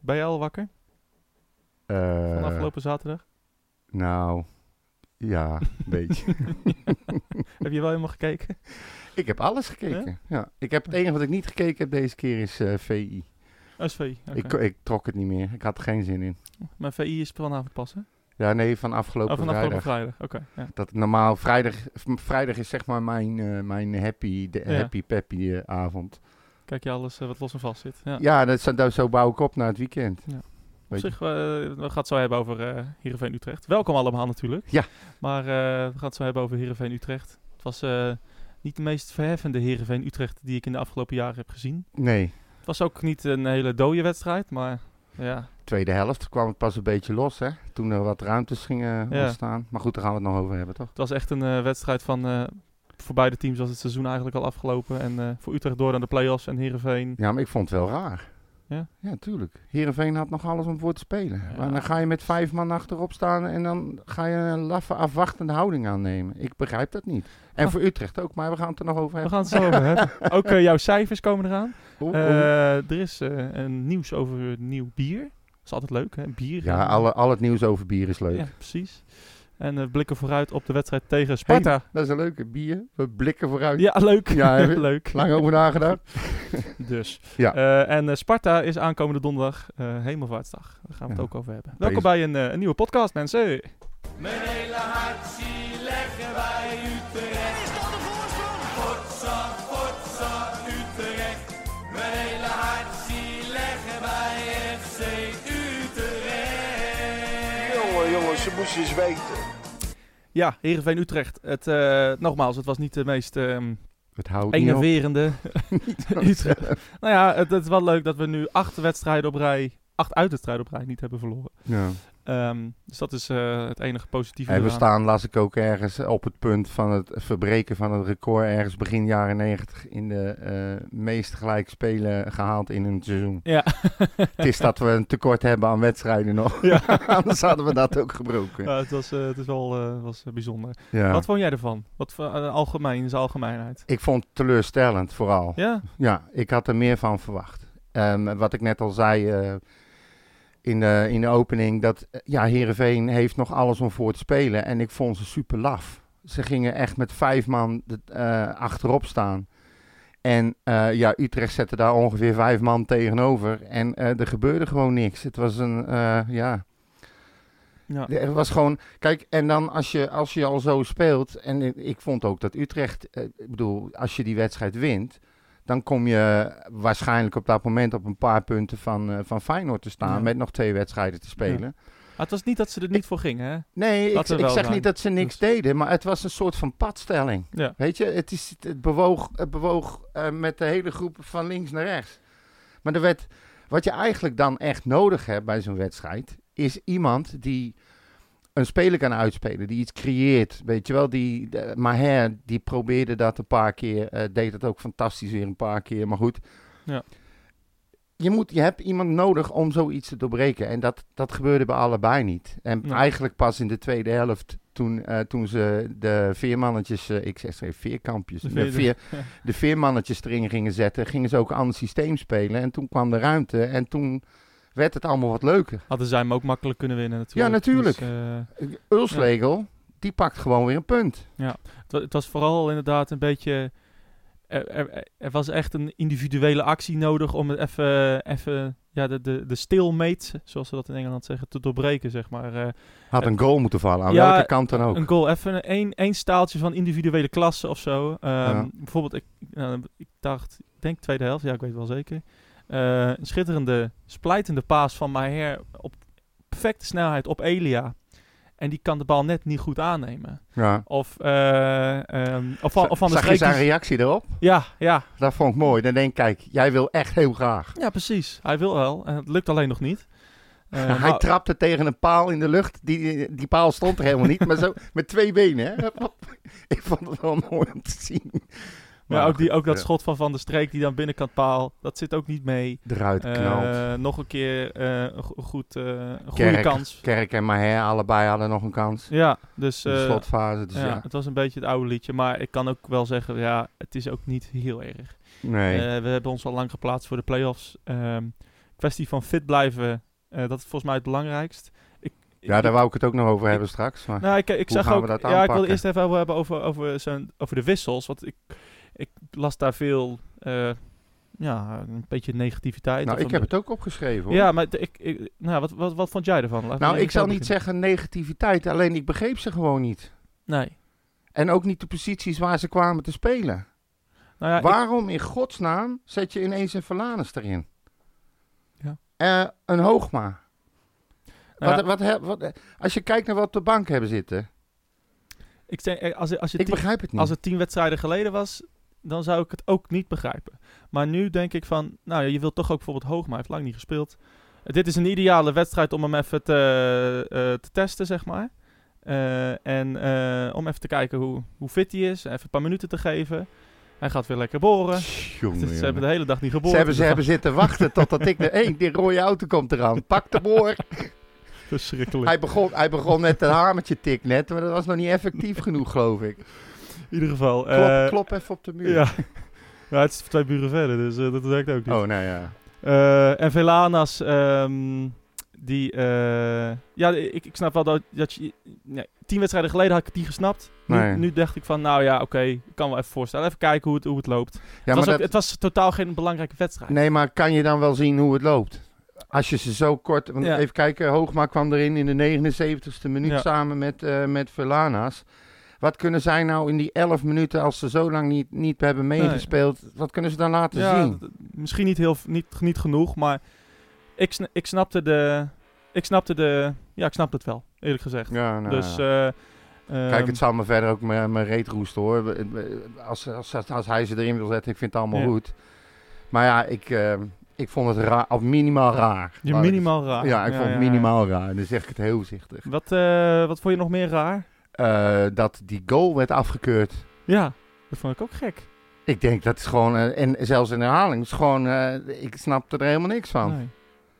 Ben je al wakker van afgelopen zaterdag? Nou, ja, een beetje. Heb je wel helemaal gekeken? Ik heb alles gekeken. Ja? Het enige wat ik niet gekeken heb deze keer is VI. SVI, oké. Ik trok het niet meer. Ik had er geen zin in. Maar VI is vanavond pas, hè? Ja, nee, van afgelopen vrijdag. Oké. Ja. Dat normaal vrijdag is zeg maar mijn happy peppy avond. Kijk je alles wat los en vast zit. Ja, Ja, zo bouw ik op naar het weekend. Ja. Op zich, we gaan het zo hebben over Heerenveen Utrecht. Welkom allemaal natuurlijk. Ja. Maar we gaan het zo hebben over Heerenveen Utrecht. Het was niet de meest verheffende Heerenveen Utrecht die ik in de afgelopen jaren heb gezien. Nee. Het was ook niet een hele dode wedstrijd, maar ja. Tweede helft kwam het pas een beetje los, hè. Toen er wat ruimtes gingen ontstaan. Maar goed, daar gaan we het nog over hebben, toch? Het was echt een wedstrijd van... voor beide teams was het seizoen eigenlijk al afgelopen. En voor Utrecht door naar de play-offs en Heerenveen... Ja, maar ik vond het wel raar. Ja? Ja, tuurlijk. Heerenveen had nog alles om voor te spelen. Ja. Maar dan ga je met 5 man achterop staan en dan ga je een laffe afwachtende houding aannemen. Ik begrijp dat niet. En voor Utrecht ook, maar we gaan het er nog over hebben. We gaan het zo over hebben. Ook jouw cijfers komen eraan. Er is een nieuws over nieuw bier. Dat is altijd leuk, hè? Bier. Ja, al het nieuws over bier is leuk. Ja, precies. En we blikken vooruit op de wedstrijd tegen Sparta. Hey, dat is een leuke bier. We blikken vooruit. Ja, leuk. Ja, leuk. Lang over nagedacht. Dus. Ja. En Sparta is aankomende donderdag Hemelvaartsdag. Daar gaan we het ook over hebben. Welkom bij een nieuwe podcast, mensen. Mijn hele hart zie leggen wij Utrecht. Is dat de voorsprong? Potsa, Utrecht. Mijn hele hart zie leggen wij FC Utrecht. Jongens, ze moesten eens weten. Ja, Heerenveen Utrecht. Nogmaals, het was niet de meest enerverende Utrecht. Nou ja, het is wel leuk dat we nu 8 uitwedstrijden op rij niet hebben verloren. Ja. Dus dat is het enige positieve. En we staan, las ik ook ergens, op het punt van het verbreken van het record ergens begin jaren 90 in de meest gelijk spelen gehaald in een seizoen. Ja. Het is dat we een tekort hebben aan wedstrijden nog. Ja. Anders hadden we dat ook gebroken. Ja, het is wel was bijzonder. Ja. Wat vond jij ervan? Wat voor in zijn algemeenheid? Ik vond het teleurstellend vooral. Ja? Ja, ik had er meer van verwacht. Wat ik net al zei in de opening, dat Heerenveen heeft nog alles om voor te spelen. En ik vond ze super laf. Ze gingen echt met 5 man achterop staan. En Utrecht zette daar ongeveer 5 man tegenover. En er gebeurde gewoon niks. Het was Ja. Er was gewoon... Kijk, en dan als je al zo speelt... En ik vond ook dat Utrecht... als je die wedstrijd wint... Dan kom je waarschijnlijk op dat moment op een paar punten van Feyenoord te staan. Met nog 2 wedstrijden te spelen. Ja. Het was niet dat ze er niet voor gingen, hè? Nee, ik zeg niet dat ze niks deden. Maar het was een soort van padstelling. Ja. Weet je, het bewoog met de hele groep van links naar rechts. Maar wat je eigenlijk dan echt nodig hebt bij zo'n wedstrijd... is iemand die een speler kan uitspelen, die iets creëert. Weet je wel, Maher, die probeerde dat een paar keer, deed het ook fantastisch weer een paar keer, maar goed. Ja. Je hebt iemand nodig om zoiets te doorbreken en dat gebeurde bij allebei niet. En eigenlijk pas in de tweede helft, toen ze de veermannetjes, veerkampjes, de veermannetjes erin gingen zetten, gingen ze ook een ander systeem spelen en toen kwam de ruimte en toen... werd het allemaal wat leuker. Hadden zij hem ook makkelijk kunnen winnen natuurlijk. Ja, natuurlijk. Dus, Ulslegel, die pakt gewoon weer een punt. Ja, het was vooral inderdaad een beetje... Er was echt een individuele actie nodig om het even de stalemate, zoals ze dat in Engeland zeggen, te doorbreken, zeg maar. Had een goal moeten vallen, aan welke kant dan ook. Een goal, even één staaltje van individuele klasse of zo. Bijvoorbeeld, ik denk tweede helft, ja, ik weet het wel zeker. Een schitterende, splijtende paas van Maher op perfecte snelheid op Elia. En die kan de bal net niet goed aannemen. Ja. Of van de Zag je zijn reactie erop? Ja. Dat vond ik mooi. Dan denk ik, kijk, jij wil echt heel graag. Ja, precies. Hij wil wel. En het lukt alleen nog niet. Hij trapte tegen een paal in de lucht. Die paal stond er helemaal niet. Maar zo met 2 benen. Hè? Ik vond het wel mooi om te zien. Maar ook dat schot van Van der Streek die dan binnenkant paal, dat zit ook niet mee. Eruit knalt. Nog een keer een goede kans. Kerk en Maher allebei hadden nog een kans. Ja, dus... de slotfase. Dus het was een beetje het oude liedje. Maar ik kan ook wel zeggen, het is ook niet heel erg. Nee. We hebben ons al lang geplaatst voor de play-offs. Ik kwestie van fit blijven, dat is volgens mij het belangrijkst. Daar wou ik het ook nog over hebben straks. Maar nou, ik zag ook, ik wil eerst even hebben over de wissels. Want ik las daar veel, een beetje negativiteit. Nou, ik heb het ook opgeschreven, hoor. Ja, maar wat vond jij ervan? Ik zal niet zeggen negativiteit, alleen ik begreep ze gewoon niet. Nee. En ook niet de posities waar ze kwamen te spelen. Nou ja, waarom in godsnaam zet je ineens een Verlanes erin? Ja. Een Hoogma. Als je kijkt naar wat op de bank hebben zitten. Ik begrijp het niet. Als het 10 wedstrijden geleden was, dan zou ik het ook niet begrijpen. Maar nu denk ik van, je wilt toch ook bijvoorbeeld Hoogma, hij heeft lang niet gespeeld. Dit is een ideale wedstrijd om hem even te testen, zeg maar. Om even te kijken hoe fit hij is. Even een paar minuten te geven. Hij gaat weer lekker boren. Ze hebben de hele dag niet geboren. Ze hebben zitten wachten totdat die rode auto komt eraan. Pak de boor. Verschrikkelijk. Hij begon met een hamertje tik net, maar dat was nog niet effectief genoeg, geloof ik. In ieder geval. Klop even op de muur. Ja, het is 2 buren verder, dus dat werkt ook niet. Oh, nou ja. En Velanas, ik snap wel dat je... 10 wedstrijden geleden had ik die gesnapt. Nu dacht ik van, oké, ik kan wel even voorstellen. Even kijken hoe het loopt. Ja, het was totaal geen belangrijke wedstrijd. Nee, maar kan je dan wel zien hoe het loopt? Als je ze zo kort... Even kijken, Hoogma kwam erin in de 79ste minuut samen met Velanas. Wat kunnen zij nou in die 11 minuten, als ze zo lang niet hebben meegespeeld, wat kunnen ze dan laten zien? Misschien niet genoeg, maar ik snapte het wel, eerlijk gezegd. Ja, dus... Kijk, het zal me verder ook mijn reet roesten, hoor. Als hij ze erin wil zetten, ik vind het allemaal goed. Maar ja, ik vond het raar, of minimaal raar. Minimaal raar. Ja, ik vond het minimaal raar. Dan zeg ik het heel voorzichtig. Wat vond je nog meer raar? Dat die goal werd afgekeurd. Ja, dat vond ik ook gek. Ik denk dat is gewoon, en zelfs in herhaling, is gewoon, ik snap er helemaal niks van. Nee.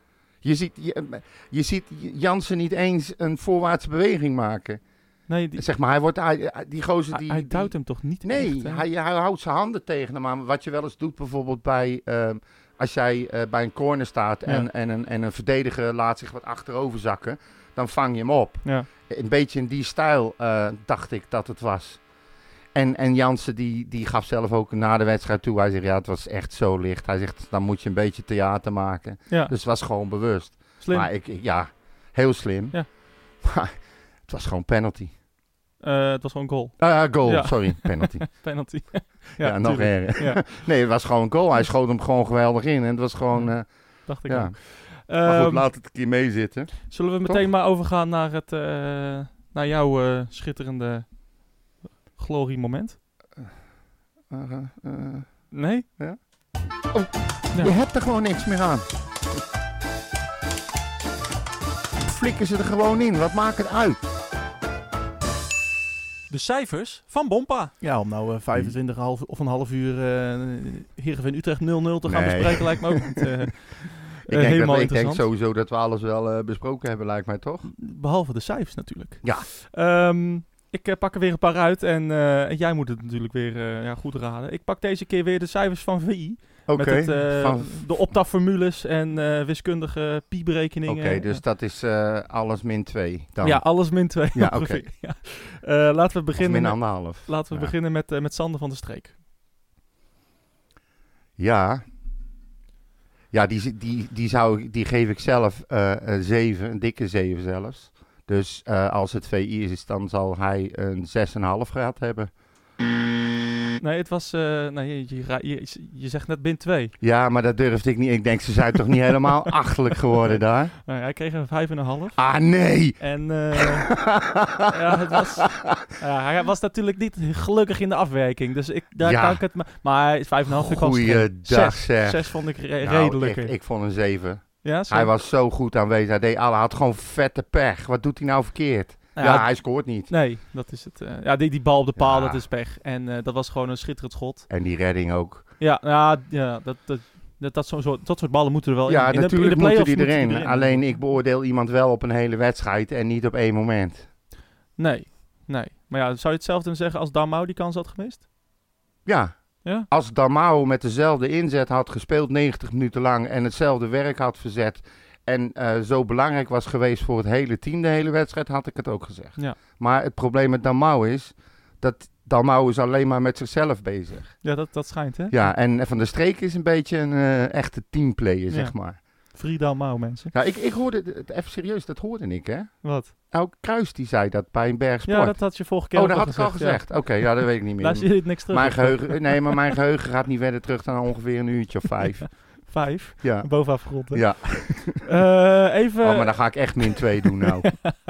Je ziet Jansen niet eens een voorwaartse beweging maken. Nee, zeg maar, die gozer die... Hij duwt hem toch niet? Nee, echt, hij houdt zijn handen tegen hem aan. Wat je wel eens doet bijvoorbeeld bij... als jij bij een corner staat en een verdediger laat zich wat achterover zakken, dan vang je hem op. Ja. Een beetje in die stijl dacht ik dat het was. En Jansen die gaf zelf ook na de wedstrijd toe. Hij zegt, het was echt zo licht. Hij zegt, dan moet je een beetje theater maken. Ja. Dus het was gewoon bewust. Slim. Maar heel slim. Ja. Maar het was gewoon penalty. Het was gewoon goal. Goal, sorry. Penalty. Penalty. Ja, nog erger. Ja. Nee, het was gewoon goal. Hij schoot hem gewoon geweldig in. En het was gewoon... dacht ik ook. Maar goed, laat het een keer meezitten. Zullen we meteen maar overgaan naar jouw schitterende gloriemoment? Nee? Ja? Oh, je hebt er gewoon niks meer aan. Flikken ze er gewoon in. Wat maakt het uit? De cijfers van Bompa. Ja, om nou 25 of een half uur Heerenveen Utrecht 0-0 te gaan bespreken lijkt me ook niet ik denk sowieso dat we alles wel besproken hebben, lijkt mij toch? Behalve de cijfers natuurlijk. Ja. Ik pak er weer een paar uit en jij moet het natuurlijk weer goed raden. Ik pak deze keer weer de cijfers van VI. Met de optafformules en wiskundige pi-berekeningen. Oké, dus dat is alles min 2 dan? Ja, alles min 2. Ja, oké. Ja. Laten we beginnen. Min anderhalf. Laten we beginnen met Sander van der Streek. Ja. Ja, die geef ik zelf 7, een dikke 7 zelfs. Dus als het VI is, dan zal hij een 6,5 gehad hebben. Nee, het was... je zegt net min 2. Ja, maar dat durfde ik niet. Ik denk, ze zijn toch niet helemaal achterlijk geworden daar? Nee, hij kreeg een 5,5. Ah, nee! En hij was natuurlijk niet gelukkig in de afwerking. Dus daar kan ik het... Maar 5,5 ik was... Goeiedag, zeg. 6 vond ik redelijker. Ik vond een 7. Ja, hij was zo goed aanwezig. Hij had gewoon vette pech. Wat doet hij nou verkeerd? Ja, hij scoort niet. Nee, dat is het. Die bal op de paal, dat is pech. En dat was gewoon een schitterend schot. En die redding ook. Dat soort ballen moeten er wel in. Ja, natuurlijk moeten die erin. Alleen ik beoordeel iemand wel op een hele wedstrijd en niet op 1 moment. Nee. Maar zou je hetzelfde zeggen als Dalmau die kans had gemist? Ja. Ja? Als Dalmau met dezelfde inzet had gespeeld 90 minuten lang en hetzelfde werk had verzet en zo belangrijk was geweest voor het hele team de hele wedstrijd, had ik het ook gezegd. Ja. Maar het probleem met Dalmau is dat Dalmau is alleen maar met zichzelf bezig. Ja, dat schijnt, hè? Ja, en Van der Streek is een beetje een echte teamplayer, zeg maar. Free Dalmau, mensen. Ja, ik hoorde het even serieus, dat hoorde ik, hè? Wat? Ook Kruis die zei dat bij een Bergsport. Ja, dat had je vorige keer dat had ik al gezegd. Ja. Oké, ja, dat weet ik niet meer. Daar zie je het niks terug. Mijn geheugen gaat niet verder terug dan ongeveer een uurtje of 5. 5? Ja. Bovenaf gerond, hè? Ja. Even... Oh, maar dan ga ik echt min 2 doen nou.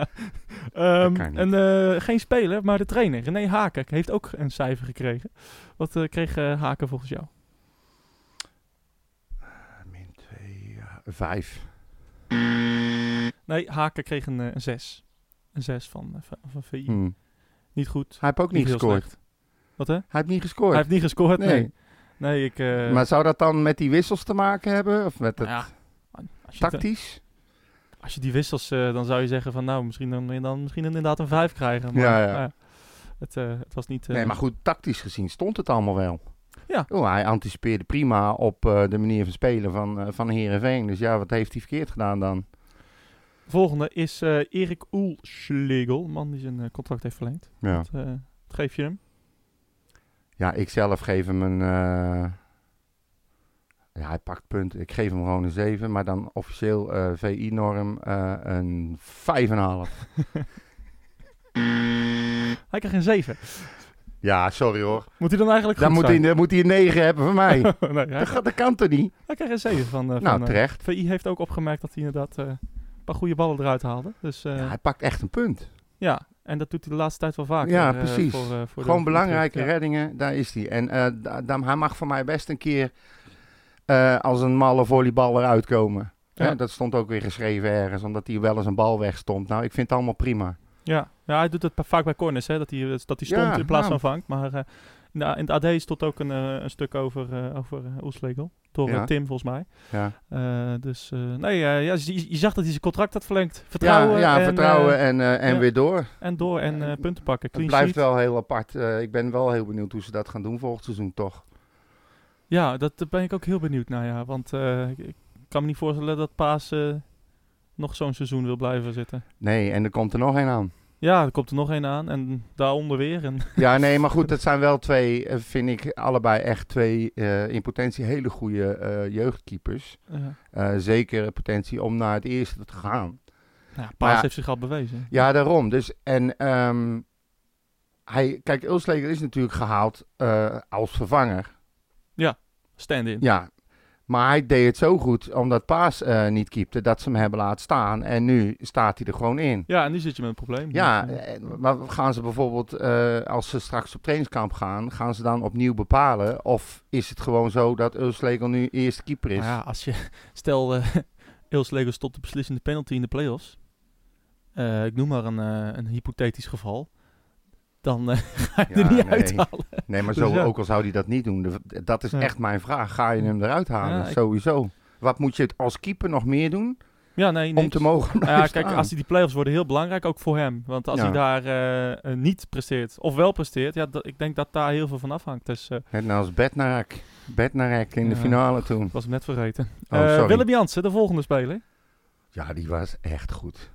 Geen speler, maar de trainer, René Haken, heeft ook een cijfer gekregen. Wat kreeg Haken volgens jou? Min 2, 5. Nee, Haken kreeg een 6. Een 6 van VI. Niet goed. Hij heeft ook niet gescoord. Slecht. Wat hè? Hij heeft niet gescoord. Hij heeft niet gescoord, nee. Maar zou dat dan met die wissels te maken hebben? Of met het tactisch? Als je die wissels, dan zou je zeggen van nou, misschien inderdaad een 5 krijgen. Maar, ja. Het was niet... Nee, maar goed, tactisch gezien stond het allemaal wel. Ja. Hij anticipeerde prima op de manier van spelen van Heerenveen. Dus ja, wat heeft hij verkeerd gedaan dan? Volgende is Erik Oelschlegel, een man die zijn contract heeft verlengd. Ja. Wat geef je hem? Ja, ik zelf geef hem een... hij pakt punten. Ik geef hem gewoon een 7, maar dan officieel VI-norm een 5,5. Hij krijgt een 7. Ja, sorry hoor. Moet hij dan eigenlijk goed zijn? Dan moet hij een 9 hebben van mij. Nee, dat kan toch niet? Hij krijgt een 7 van... nou, terecht. VI heeft ook opgemerkt dat hij inderdaad een paar goede ballen eruit haalde. Dus, hij pakt echt een punt. Ja, en dat doet hij de laatste tijd wel vaker. Ja, precies. Voor gewoon belangrijke reddingen, daar is hij. En hij mag voor mij best een keer als een malle volleyballer uitkomen. Ja. Dat stond ook weer geschreven ergens, omdat hij wel eens een bal wegstond. Nou, ik vind het allemaal prima. Ja, hij doet het vaak bij corners, hè, dat hij stond in plaats van vangt. Maar in het AD stond ook een stuk over Oelschlegel. Door Tim, volgens mij. Ja. Je zag dat hij zijn contract had verlengd. Vertrouwen. Vertrouwen en weer door. En door en punten pakken. Het blijft wel heel apart. Ik ben wel heel benieuwd hoe ze dat gaan doen volgend seizoen, toch? Ja, dat ben ik ook heel benieuwd naar, ja. Want ik kan me niet voorstellen dat Paas nog zo'n seizoen wil blijven zitten. Nee, en er komt er nog één aan. Ja, er komt er nog één aan en daaronder weer. En ja, nee, maar goed, dat zijn wel twee, vind ik, allebei echt twee in potentie hele goede jeugdkeepers. Ja. Zeker potentie om naar het eerste te gaan. Ja, Paas heeft zich al bewezen. Ja, daarom. Dus, en kijk, Oelschlegel is natuurlijk gehaald als vervanger. Ja, stand-in. Ja, maar hij deed het zo goed, omdat Paas niet keepte, dat ze hem hebben laten staan. En nu staat hij er gewoon in. Ja, en nu zit je met een probleem. Ja, maar gaan ze bijvoorbeeld, als ze straks op trainingskamp gaan ze dan opnieuw bepalen? Of is het gewoon zo dat Oelschlegel nu eerste keeper is? Nou ja, stel Oelschlegel stopt de beslissende penalty in de play-offs. Ik noem maar een hypothetisch geval. Dan ga je er niet uithalen. Nee, maar zo, ook al zou hij dat niet doen. Dat is echt mijn vraag. Ga je hem eruit halen? Ja, sowieso. Wat moet je als keeper nog meer doen? Ja, nee, om te mogen blijven kijk, als die play-offs worden heel belangrijk, ook voor hem. Want als hij daar niet presteert, of wel presteert, ik denk dat daar heel veel van afhangt. Dus, net als Bednarek in de finale toen. Was hem net vergeten. Sorry. Willem Jansen, de volgende speler. Ja, die was echt goed.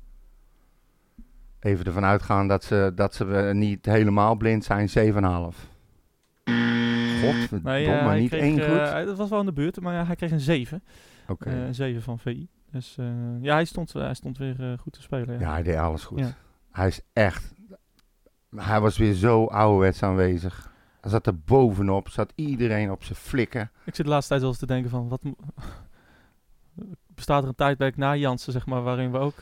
Even ervan uitgaan dat ze niet helemaal blind zijn, 7,5. Godverdomme, maar niet één goed. Dat was wel in de buurt, maar hij kreeg een 7. Okay. Een 7 van VI. Dus hij stond weer goed te spelen. Ja, hij deed alles goed. Ja. Hij was weer zo ouderwets aanwezig. Hij zat er bovenop, zat iedereen op zijn flikken. Ik zit de laatste tijd wel eens te denken van, bestaat er een tijdperk na Jansen, zeg maar, waarin we ook...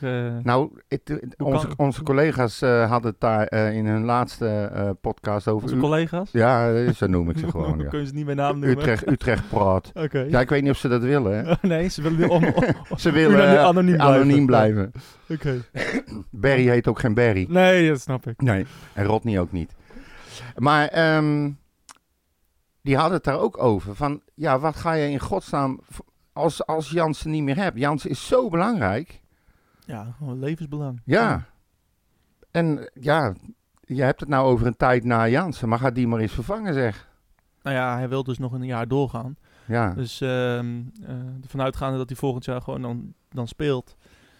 Onze collega's hadden het daar in hun laatste podcast over... Onze collega's? Ja, zo noem ik ze gewoon. Kun je ze niet bij naam noemen? Utrecht praat. Okay. Ja, ik weet niet of ze dat willen. Hè? Nee, ze willen ze willen anoniem blijven. Oké. Barry heet ook geen Barry. Nee, dat snap ik. Nee, en Rodney ook niet. Maar die hadden het daar ook over. Van, ja, wat ga je in godsnaam... Als Jansen niet meer hebt. Jansen is zo belangrijk. Ja, gewoon levensbelang. Ja. En ja, je hebt het nou over een tijd na Jansen. Maar ga die maar eens vervangen, zeg. Nou ja, hij wil dus nog een jaar doorgaan. Ja. Dus ervan uitgaande dat hij volgend jaar gewoon dan speelt.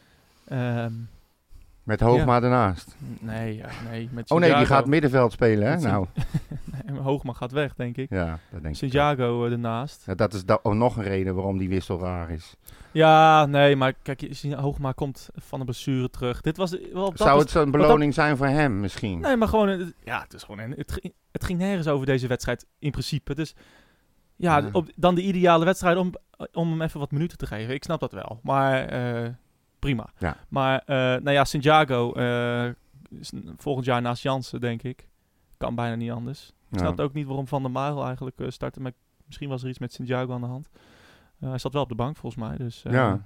Met Hoogma ernaast. Nee, met Santiago. Die gaat middenveld spelen, hè? Nou. Nee, Hoogma gaat weg, denk ik. Ja, dat denk ik. Santiago ernaast. Ja, dat is ook nog een reden waarom die wissel raar is. Ja, nee, maar kijk, Hoogma komt van de blessure terug. Dit was Zou het zo'n beloning zijn voor hem misschien? Nee, maar gewoon, het is gewoon het ging nergens over deze wedstrijd in principe. Dus ja. Dan de ideale wedstrijd om hem even wat minuten te geven. Ik snap dat wel, maar prima. Ja. Maar Santiago volgend jaar naast Jansen, denk ik. Kan bijna niet anders. Ik snap ook niet waarom Van der Marel eigenlijk startte. Maar misschien was er iets met Santiago aan de hand. Hij zat wel op de bank volgens mij. Dus,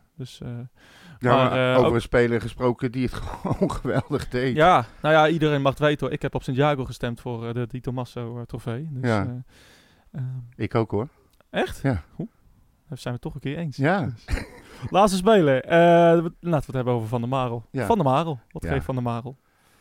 maar over een speler gesproken die het gewoon geweldig deed. Ja, nou ja, iedereen mag het weten hoor. Ik heb op Santiago gestemd voor de Di Tommaso trofee. Dus, ik ook hoor. Echt? Ja. Dat zijn we toch een keer eens. Ja. Dus. Laatste speler. Laten we het hebben over Van der Marel. Ja. Van der Marel. Wat geeft Van der Marel?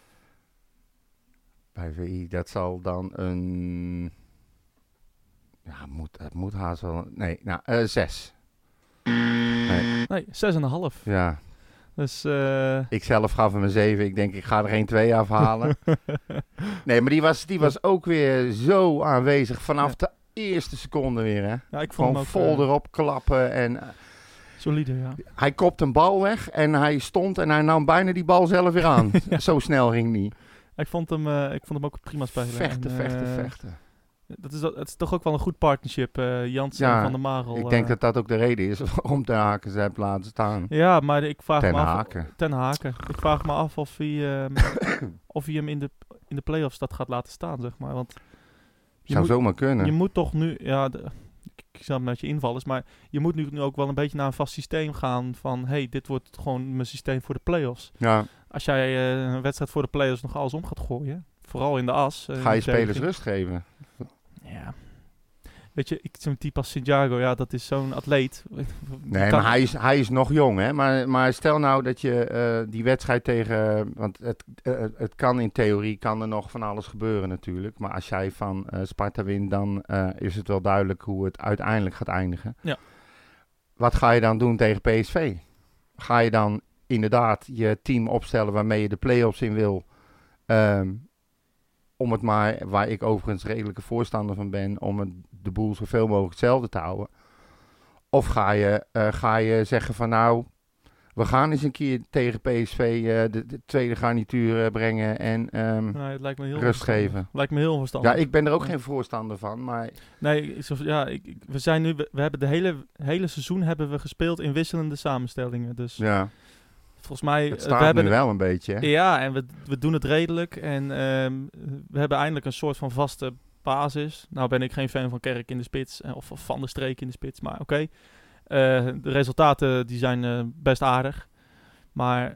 Bij VI, dat zal dan een... Ja, het moet haast wel... Nee, 6. Nee, 6,5. Ja. Dus, ik zelf gaf hem een 7. Ik denk, ik ga er geen 2 afhalen. Nee, maar die was ook weer zo aanwezig vanaf de eerste seconde weer. Hè? Ja, ik vond gewoon hem ook, vol erop klappen. En, solide, ja. Hij kopt een bal weg en hij stond en hij nam bijna die bal zelf weer aan. Ja. Zo snel ging hij. Ik vond hem ook prima spelen. Vechten. Het is toch ook wel een goed partnership, Jansen en Van der Marel. Ik denk dat dat ook de reden is om Ten Haken ze hebt laten staan. Ja, maar ik vraag Ten me af... Haken. Ten Haken. Ik vraag me af of hij hem in de play-offs dat gaat laten staan, zeg maar. Want zou zomaar kunnen. Je moet toch nu... Ja, ik zal met je invallen, maar je moet nu ook wel een beetje naar een vast systeem gaan van... dit wordt gewoon mijn systeem voor de play-offs. Ja. Als jij een wedstrijd voor de play-offs nog alles om gaat gooien, vooral in de as... Ga je spelers rust geven? Ja. Weet je, zo'n type als Santiago, dat is zo'n atleet. Nee, maar hij is nog jong, hè. Maar stel nou dat je die wedstrijd tegen... Want het kan in theorie, kan er nog van alles gebeuren natuurlijk. Maar als jij van Sparta wint, dan is het wel duidelijk hoe het uiteindelijk gaat eindigen. Ja. Wat ga je dan doen tegen PSV? Ga je dan inderdaad je team opstellen waarmee je de play-offs in wil... om het maar, waar ik overigens redelijke voorstander van ben, om de boel zoveel mogelijk hetzelfde te houden. Of ga je zeggen van nou, we gaan eens een keer tegen PSV de tweede garnituur brengen en het lijkt me heel rust geven. Lijkt me heel verstandig. Ja, ik ben er ook geen voorstander van, maar... Nee, we hebben de hele seizoen hebben we gespeeld in wisselende samenstellingen, dus... Ja. Volgens mij... Het staat nu wel een beetje. Hè? Ja, en we doen het redelijk. En we hebben eindelijk een soort van vaste basis. Nou ben ik geen fan van Kerk in de spits. Of Van der Streek in de spits. Maar oké. De resultaten die zijn best aardig. Maar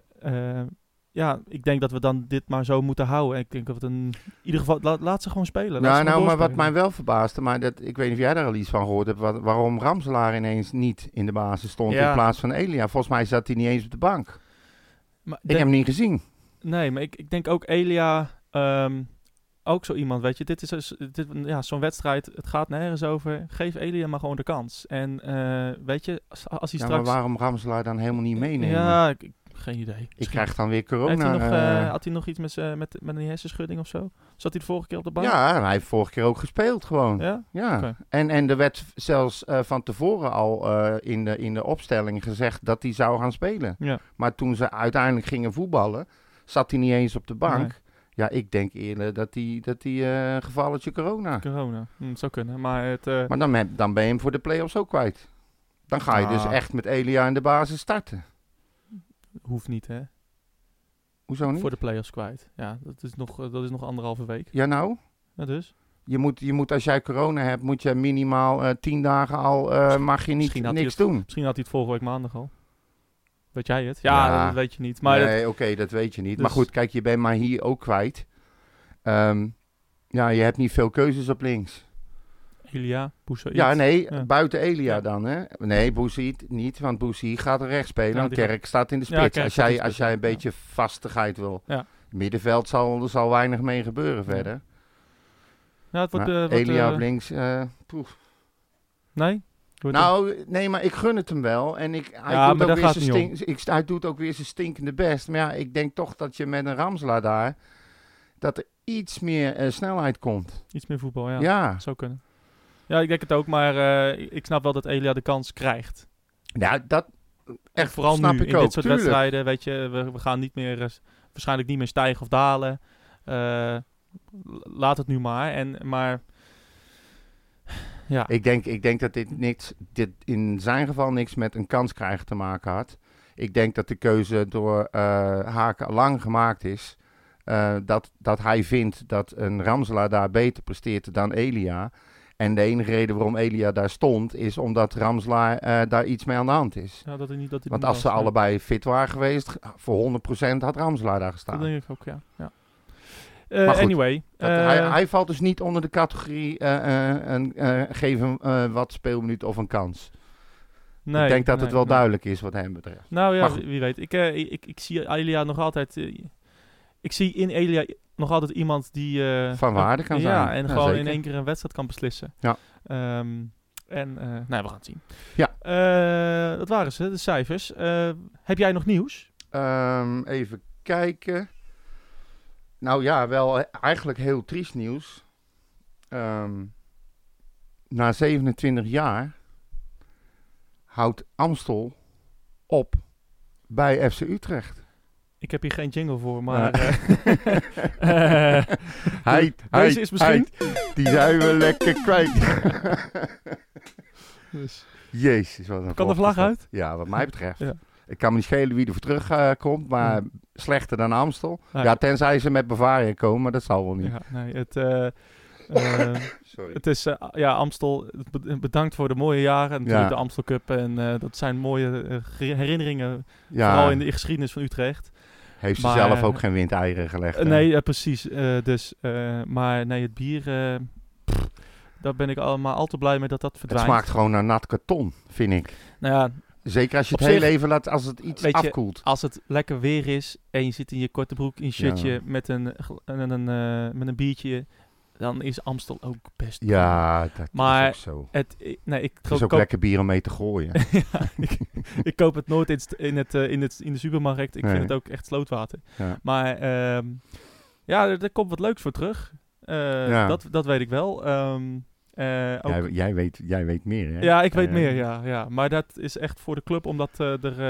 ik denk dat we dan dit maar zo moeten houden. En ik denk dat we het in ieder geval... Laat ze gewoon spelen. Maar wat mij wel verbaasde... Maar ik weet niet of jij daar al iets van gehoord hebt... waarom Ramselaar ineens niet in de basis stond in plaats van Elia. Volgens mij zat hij niet eens op de bank. Maar ik heb hem niet gezien. Nee, maar ik denk ook Elia, ook zo iemand, weet je. Dit is zo'n wedstrijd, het gaat nergens over. Geef Elia maar gewoon de kans. En weet je, als hij straks... maar waarom Ramselaar dan helemaal niet meenemen? Ja, geen idee. Ik krijg dan weer corona. Had hij nog iets met een hersenschudding of zo? Zat hij de vorige keer op de bank? Ja, hij heeft vorige keer ook gespeeld gewoon. Ja. Okay. En er werd zelfs van tevoren al in de opstelling gezegd dat hij zou gaan spelen. Ja. Maar toen ze uiteindelijk gingen voetballen, zat hij niet eens op de bank. Nee. Ja, ik denk eerder dat hij gevalletje corona. Zou kunnen. Maar dan ben je hem voor de play-offs ook kwijt. Dan ga je dus echt met Elia in de basis starten. Hoeft niet, hè? Hoezo niet? Voor de play-offs kwijt. Ja, dat is nog 1,5 week. Ja, nou? Ja, dus? Je moet, als jij corona hebt, moet je minimaal 10 dagen al, mag je niks doen. Misschien had hij het vorige week maandag al. Weet jij het? Ja, dat weet je niet. Maar nee, oké, dat weet je niet. Dus... Maar goed, kijk, je bent maar hier ook kwijt. Je hebt niet veel keuzes op links. Elia, Boussaïd. Ja, nee, buiten Elia dan, hè? Nee, Boussaïd niet, want Boussaïd gaat er rechts spelen. En Kerk staat in de spits. Als jij een beetje vastigheid wil. Ja. Middenveld zal weinig mee gebeuren verder. Ja, het wordt, Elia op links, Nee? Nee, maar ik gun het hem wel. En hij doet ook weer zijn stinkende best. Maar ja, ik denk toch dat je met een Ramselaar daar, dat er iets meer snelheid komt. Iets meer voetbal, ja. Ja. Zou kunnen. Ja, ik denk het ook, maar ik snap wel dat Elia de kans krijgt. Ja, dat echt vooral snap nu, ik in ook, dit soort tuurlijk. wedstrijden, weet je, we gaan niet meer, waarschijnlijk niet meer stijgen of dalen. Laat het nu maar. Maar ja. Ik denk dat dit in zijn geval niks met een kans krijgen te maken had. Ik denk dat de keuze door Haken lang gemaakt is. Dat hij vindt dat een Ramselaar daar beter presteert dan Elia. En de enige reden waarom Elia daar stond, is omdat Ramselaar daar iets mee aan de hand is. Ja, Want als ze allebei fit waren geweest, voor 100% had Ramselaar daar gestaan. Dat denk ik ook, ja. Maar goed, anyway. Hij valt dus niet onder de categorie geef hem wat speelminuten of een kans. Nee, ik denk dat het wel duidelijk is wat hem betreft. Nou ja, wie weet. Ik zie Elia nog altijd... ik zie in Elia nog altijd iemand die... van waarde kan zijn. Ja, en gewoon zeker. in één keer een wedstrijd kan beslissen. Ja. We gaan het zien. Ja. Dat waren ze, de cijfers. Heb jij nog nieuws? Even kijken. Nou ja, wel eigenlijk heel triest nieuws. Na 27 jaar houdt Amstel op bij FC Utrecht. Ik heb hier geen jingle voor, maar... Deze is misschien... die zijn we lekker kwijt. Dus. Jezus, wat een Kan de vlag uit? Ja, wat mij betreft. Ja. Ik kan me niet schelen wie er voor terug komt, maar slechter dan Amstel. Nee. Ja, tenzij ze met Bavaria komen, maar dat zal wel niet. Ja, nee, Sorry. het is, Amstel, bedankt voor de mooie jaren. En natuurlijk de Amstel Cup. En dat zijn mooie herinneringen, vooral in de geschiedenis van Utrecht. Heeft ze zelf ook geen windeieren gelegd? Nee, precies. Maar nee, het bier, daar ben ik allemaal al te blij mee dat verdwijnt. Het smaakt gewoon naar nat karton, vind ik. Nou ja, zeker als je het heel even laat, als het iets afkoelt. Als het lekker weer is en je zit in je korte broek, in je shirtje met een biertje, dan is Amstel ook best. Ja, dat is ook zo. Het is ook lekker bier om mee te gooien. Ik koop het nooit in de supermarkt. Ik vind het ook echt slootwater. Ja. Maar er komt wat leuks voor terug. Dat weet ik wel. Jij weet meer, hè? Ja, ik weet meer, ja. Maar dat is echt voor de club om dat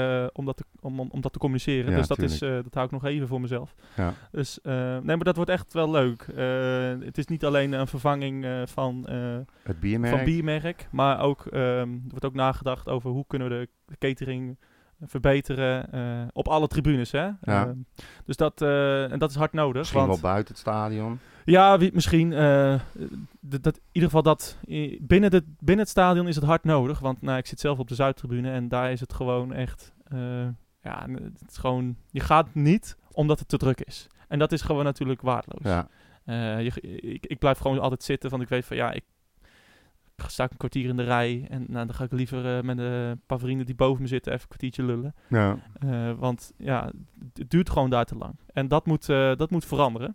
te communiceren. Ja, dus dat hou ik nog even voor mezelf. Ja. Dus, maar dat wordt echt wel leuk. Het is niet alleen een vervanging van het biermerk. Van biermerk, maar ook er wordt ook nagedacht over hoe kunnen we de catering verbeteren op alle tribunes. Hè? Ja. Dus dat is hard nodig. Misschien wel buiten het stadion. Ja, misschien. In ieder geval binnen het stadion is het hard nodig. Want ik zit zelf op de Zuidtribune en daar is het gewoon echt... het is gewoon, je gaat niet omdat het te druk is. En dat is gewoon natuurlijk waardeloos. Ja. Ik blijf gewoon altijd zitten, want ik weet van ik sta een kwartier in de rij en dan ga ik liever met een paar vrienden die boven me zitten even een kwartiertje lullen. Ja. Want het duurt gewoon daar te lang. En dat moet veranderen.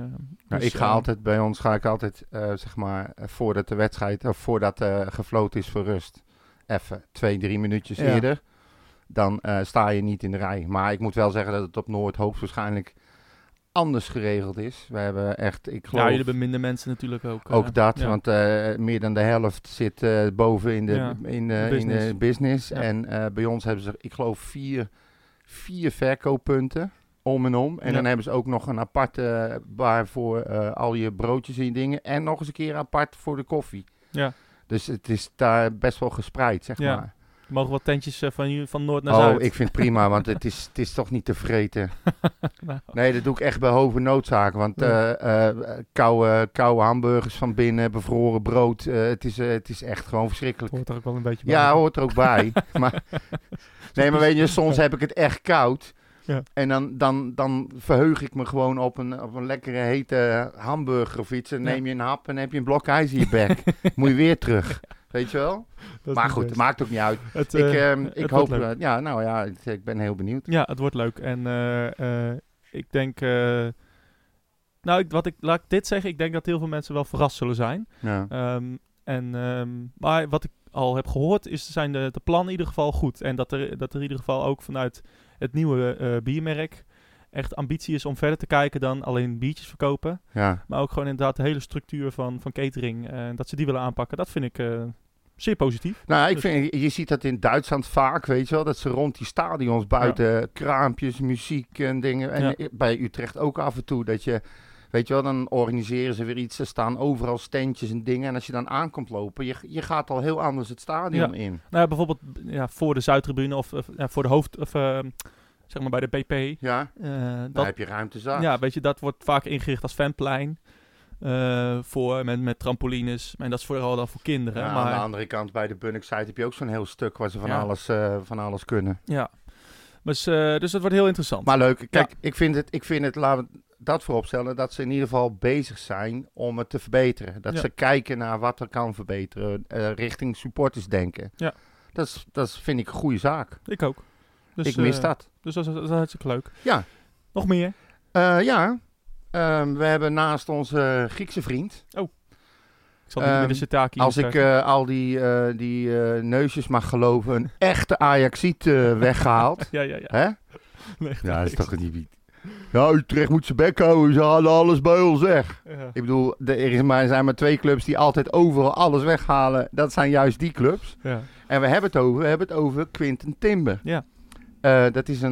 Bij ons ga ik altijd, voordat de wedstrijd, of voordat gefloten is voor rust, even 2-3 minuutjes eerder. Dan sta je niet in de rij. Maar ik moet wel zeggen dat het op Noord hoogstwaarschijnlijk anders geregeld is. We hebben echt, ik geloof... jullie hebben minder mensen natuurlijk ook. Ook dat, want meer dan de helft zit boven in de business. Ja. En bij ons hebben ze, ik geloof, 4 verkooppunten. Om en om. En dan hebben ze ook nog een aparte bar voor al je broodjes en je dingen. En nog eens een keer apart voor de koffie. Ja. Dus het is daar best wel gespreid, zeg maar. Er mogen wat tentjes van noord naar zuid. Oh, ik vind het prima, want het is toch niet te vreten. Nee, dat doe ik echt bij hoge noodzaak. Want koude hamburgers van binnen, bevroren brood. Het is echt gewoon verschrikkelijk. Hoort er ook wel een beetje bij. Ja, hoort er ook bij. maar weet je, soms heb ik het echt koud. Ja. En dan verheug ik me gewoon op een lekkere hete hamburger of iets. En neem je een hap en heb je een blok ijs in je bek. Moet je weer terug. Weet je wel? Maar goed, het maakt ook niet uit. Ik hoop... ik ben heel benieuwd. Ja, het wordt leuk. En ik denk Nou, laat ik dit zeggen. Ik denk dat heel veel mensen wel verrast zullen zijn. Ja. Maar wat ik al heb gehoord, zijn de plannen in ieder geval goed. En dat er in ieder geval ook vanuit het nieuwe biermerk echt ambitie is om verder te kijken dan alleen biertjes verkopen. Ja. Maar ook gewoon inderdaad de hele structuur van catering. Dat ze die willen aanpakken. Dat vind ik zeer positief. Nou, je ziet dat in Duitsland vaak, weet je wel, dat ze rond die stadions buiten kraampjes, muziek en dingen. En bij Utrecht ook af en toe dat je, weet je wel, dan organiseren ze weer iets. Er staan overal standjes en dingen. En als je dan aankomt lopen, je gaat al heel anders het stadion in. Nou, bijvoorbeeld voor de Zuidtribune of voor de hoofd... zeg maar bij de BP. Ja, daar heb je ruimte zat. Ja, weet je, dat wordt vaak ingericht als fanplein. Met trampolines. En dat is vooral dan voor kinderen. Ja, maar aan de andere kant, bij de Bunnik-site heb je ook zo'n heel stuk waar ze van alles kunnen. Ja, dus dat wordt heel interessant. Maar leuk. Kijk, ik vind het, laten we dat vooropstellen, dat ze in ieder geval bezig zijn om het te verbeteren. Dat ze kijken naar wat er kan verbeteren. Richting supporters denken. Ja. Dat vind ik een goede zaak. Ik ook. Dus, ik mis dat. Dus dat is hartstikke leuk. Ja. Nog meer? We hebben naast onze Griekse vriend. Oh. Ik zal niet met de Sitaki. Als ik al die neusjes mag geloven, een echte Ajaxiet weggehaald. Ja. Hè? Nee, ja, dat is toch niet. Ja, Utrecht moet zijn bek houden. Ze halen alles bij ons weg. Ja. Ik bedoel, er zijn maar 2 clubs die altijd overal alles weghalen. Dat zijn juist die clubs. Ja. En we hebben het over Quinten Timber. Ja. Dat is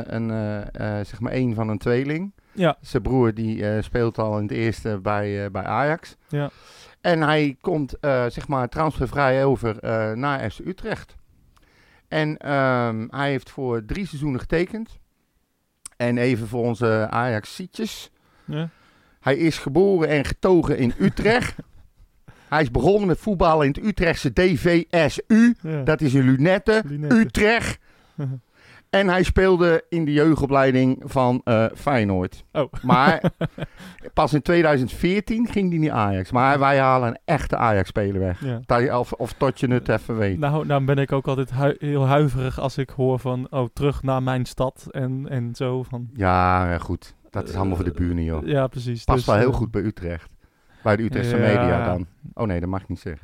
zeg maar een van een tweeling. Ja. Zijn broer die speelt al in het eerste bij Ajax. Ja. En hij komt zeg maar transfervrij over naar FC Utrecht. En hij heeft voor 3 seizoenen getekend. En even voor onze Ajax-sietjes. Ja. Hij is geboren en getogen in Utrecht. Hij is begonnen met voetballen in het Utrechtse DVSU. Ja. Dat is in Lunette. Utrecht. En hij speelde in de jeugdopleiding van Feyenoord. Oh. Maar pas in 2014 ging hij naar Ajax. Maar wij halen een echte Ajax-speler weg. Ja. Of tot je het even weet. Nou ben ik ook altijd heel huiverig als ik hoor van... terug naar mijn stad en zo. Van, ja, goed. Dat is allemaal voor de buren, joh. Ja, precies. Past wel heel goed bij Utrecht. Bij de Utrechtse media dan. Oh nee, dat mag ik niet zeggen.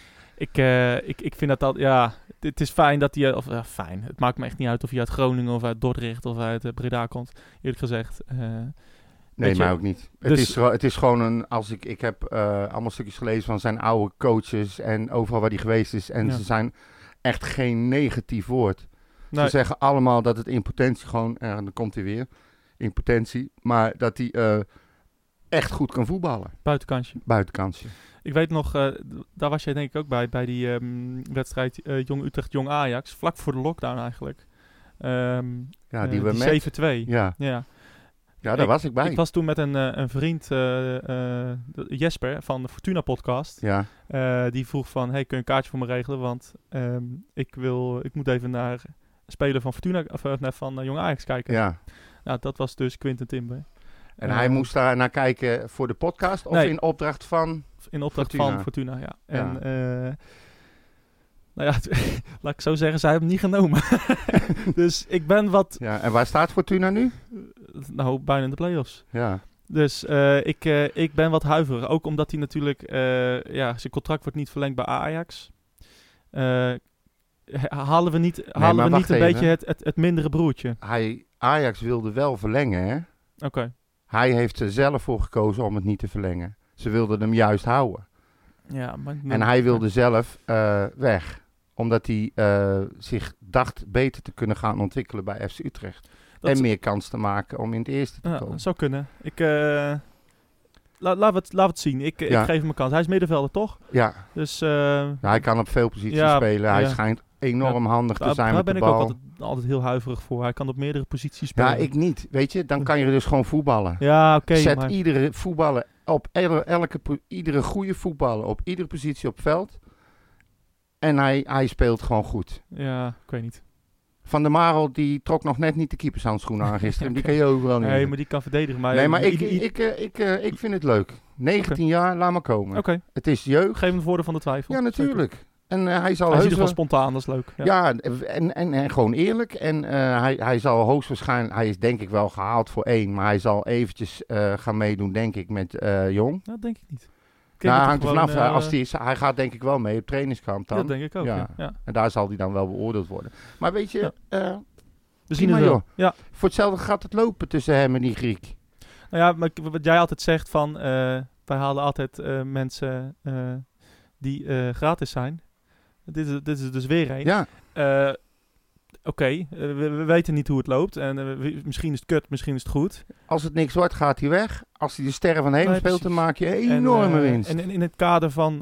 Ik vind dat... Ja, het is fijn dat hij... fijn. Het maakt me echt niet uit of hij uit Groningen of uit Dordrecht of uit Breda komt. Eerlijk gezegd. Nee, mij ook niet. Dus, het is gewoon ik heb allemaal stukjes gelezen van zijn oude coaches en overal waar hij geweest is. En ze zijn echt geen negatief woord. Nee. Ze zeggen allemaal dat het in potentie gewoon... dan komt hij weer. In potentie. Maar dat hij echt goed kan voetballen. Buitenkansje. Ik weet nog, daar was jij denk ik ook bij die wedstrijd Jong Utrecht, Jong Ajax. Vlak voor de lockdown eigenlijk. Die we met. 7-2. Ja, daar was ik bij. Ik was toen met een vriend, Jesper, van de Fortuna podcast. Ja. Die vroeg van, kun je een kaartje voor me regelen? Want ik moet even naar spelen van Fortuna, van Jong Ajax kijken. Ja. Nou, dat was dus Quinten Timber. En hij moest daar naar kijken voor de podcast? Of in opdracht van In opdracht Fortuna. Van Fortuna, ja. En laat ik zo zeggen, zij hebben hem niet genomen. Dus ik ben wat... Ja, en waar staat Fortuna nu? Nou, bijna in de play-offs. Ja. Dus ik ben wat huiverig. Ook omdat hij natuurlijk... zijn contract wordt niet verlengd bij Ajax. Halen we niet een beetje het mindere broertje? Ajax wilde wel verlengen, hè? Oké. Hij heeft er zelf voor gekozen om het niet te verlengen. Ze wilden hem juist houden. Ja, maar en hij wilde zelf weg. Omdat hij zich dacht beter te kunnen gaan ontwikkelen bij FC Utrecht. En meer kans te maken om in het eerste te komen. Dat zou kunnen. Laten we het zien. Ik geef hem een kans. Hij is middenvelder, toch? Ja. Dus, hij kan op veel posities spelen. Hij schijnt enorm handig te zijn met de bal. Daar ben ik ook altijd heel huiverig voor. Hij kan op meerdere posities spelen. Ja, ik niet. Weet je, dan kan je dus gewoon voetballen. Ja, oké. Zet iedere voetballer op iedere goede voetballer op iedere positie op veld. En hij speelt gewoon goed. Ja, ik weet niet. Van der Marel, die trok nog net niet de keepershandschoenen aan gisteren. Okay. Die kan je overal niet. Nee, maar die kan verdedigen. Maar ik vind het leuk. 19 jaar, laat maar komen. Okay. Het is jeugd. Geef hem het voordeel van de twijfel. Ja, natuurlijk. En hij zal Hij is in ieder geval spontaan, dat is leuk. Ja, en gewoon eerlijk. En hij zal hoogstwaarschijnlijk... Hij is denk ik wel gehaald voor 1. Maar hij zal eventjes gaan meedoen, denk ik, met Jong. Dat denk ik niet. Hangt er vanaf. Hij gaat denk ik wel mee op trainingskamp dan. Dat denk ik ook, ja. En daar zal hij dan wel beoordeeld worden. Maar weet je... We zien het wel. Ja. Voor hetzelfde gaat het lopen tussen hem en die Griek. Nou ja, maar wat jij altijd zegt van... wij halen altijd mensen die gratis zijn. Dit is dus weer een. Ja. Oké, we weten niet hoe het loopt. En misschien is het kut, misschien is het goed. Als het niks wordt, gaat hij weg. Als hij de sterren van heen speelt, dan maak je een enorme winst. En in het kader van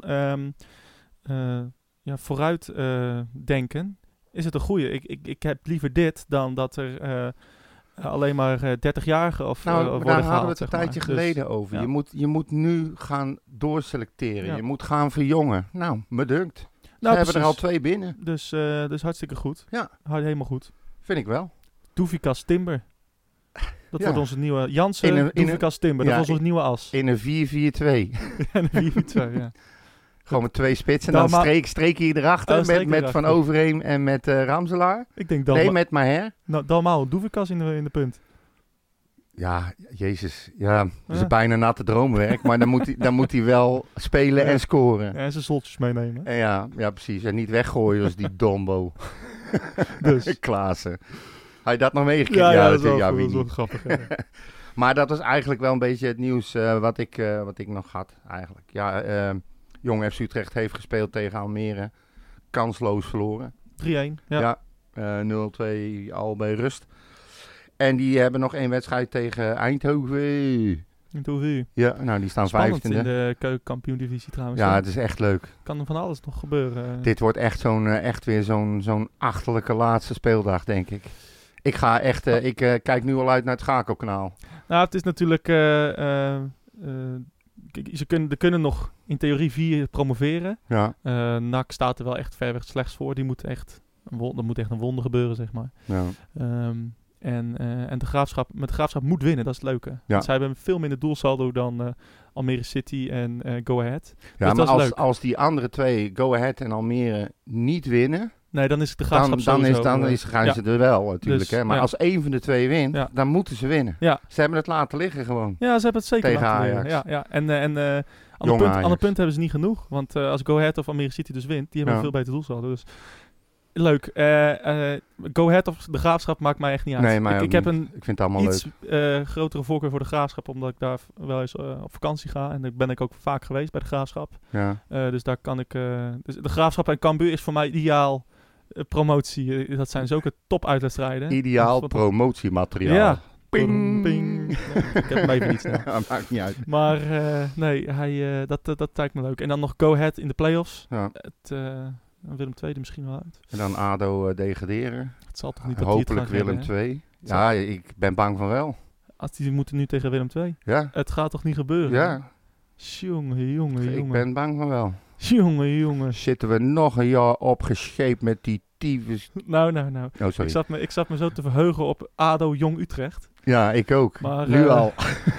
vooruit denken, is het een goeie. Ik heb liever dit dan dat er alleen maar 30-jarigen worden gehaald. Daar hadden we het een tijdje geleden over. Ja. Je moet nu gaan doorselecteren. Ja. Je moet gaan verjongen. Nou, me dunkt. Ze hebben er al 2 binnen. Dus hartstikke goed. Ja. Helemaal goed. Vind ik wel. Doevikas Timber. Dat wordt onze nieuwe... Jansen, Doevikas Timber. Dat was onze nieuwe as. In een 4-4-2. Een 4-4-2, ja. Gewoon met 2 spitsen. En dan streek je erachter met Van Overheem en met Ramselaar. Ik denk met Maher. Dalmau, Doevikas in de punt. Ja, jezus. Ja, dat is bijna natte droomwerk. Maar dan moet hij wel spelen en scoren. En zijn zoltjes meenemen. En ja, precies. En niet weggooien als die Dombo. Dus. Klaassen. Had je dat nog meegekregen? Ja, dat is wel grappig. Ja. Maar dat was eigenlijk wel een beetje het nieuws wat ik nog had eigenlijk. Ja, Jong FC Utrecht heeft gespeeld tegen Almere. Kansloos verloren. 3-1. Ja. 0-2 al bij rust. En die hebben nog 1 wedstrijd tegen Eindhoven. Ja, nou die staan 15e. Spannend in de keukenkampioen-divisie trouwens. Ja, het is echt leuk. Kan er van alles nog gebeuren. Dit wordt echt weer zo'n achterlijke laatste speeldag, denk ik. Ik ga echt, ik kijk nu al uit naar het Schakelkanaal. Nou, het is natuurlijk... Er kunnen nog in theorie 4 promoveren. Ja. NAC staat er wel echt ver weg slechts voor. Er moet echt een wonder gebeuren, zeg maar. Ja. En met de Graafschap moet winnen, dat is het leuke. Ja. Want zij hebben veel minder doelsaldo dan Almere City en Go Ahead. Ja, dus maar als die andere 2, Go Ahead en Almere, niet winnen... Nee, dan is het de Graafschap sowieso. Gaan ze er wel natuurlijk. Dus, hè? Maar als 1 van de 2 wint, dan moeten ze winnen. Ja. Ze hebben het laten liggen gewoon. Ja, ze hebben het zeker tegen laten Ajax. liggen. Ja. En aan het punt hebben ze niet genoeg. Want als Go Ahead of Almere City dus wint, die hebben een veel beter doelsaldo. Dus leuk. Go Ahead of de Graafschap maakt mij echt niet uit. Nee, maar ik heb een ik vind het allemaal iets grotere voorkeur voor de Graafschap, omdat ik daar wel eens op vakantie ga. En daar ben ik ook vaak geweest bij de Graafschap. Ja. Dus daar kan ik... dus de Graafschap en Cambuur is voor mij ideaal promotie. Dat zijn zulke top-uitwedstrijden. Ideaal promotiemateriaal. Ja. Ping. Ping. Nee, ik heb hem even niet snel. Maakt niet uit. Maar dat lijkt me leuk. En dan nog Go Ahead in de play-offs. Ja. Willem II er misschien wel uit. En dan ADO degraderen. Het zal toch niet hopelijk Willem II. Ja, ik ben bang van wel. Als die moeten nu tegen Willem II. Ja. Het gaat toch niet gebeuren? Ja. Jongen. Ik ben bang van wel. Jongen. Zitten we nog een jaar opgescheept met die tyfus... Nou. Oh, sorry. Ik zat me zo te verheugen op ADO Jong Utrecht. Ja, ik ook. Maar, nu al.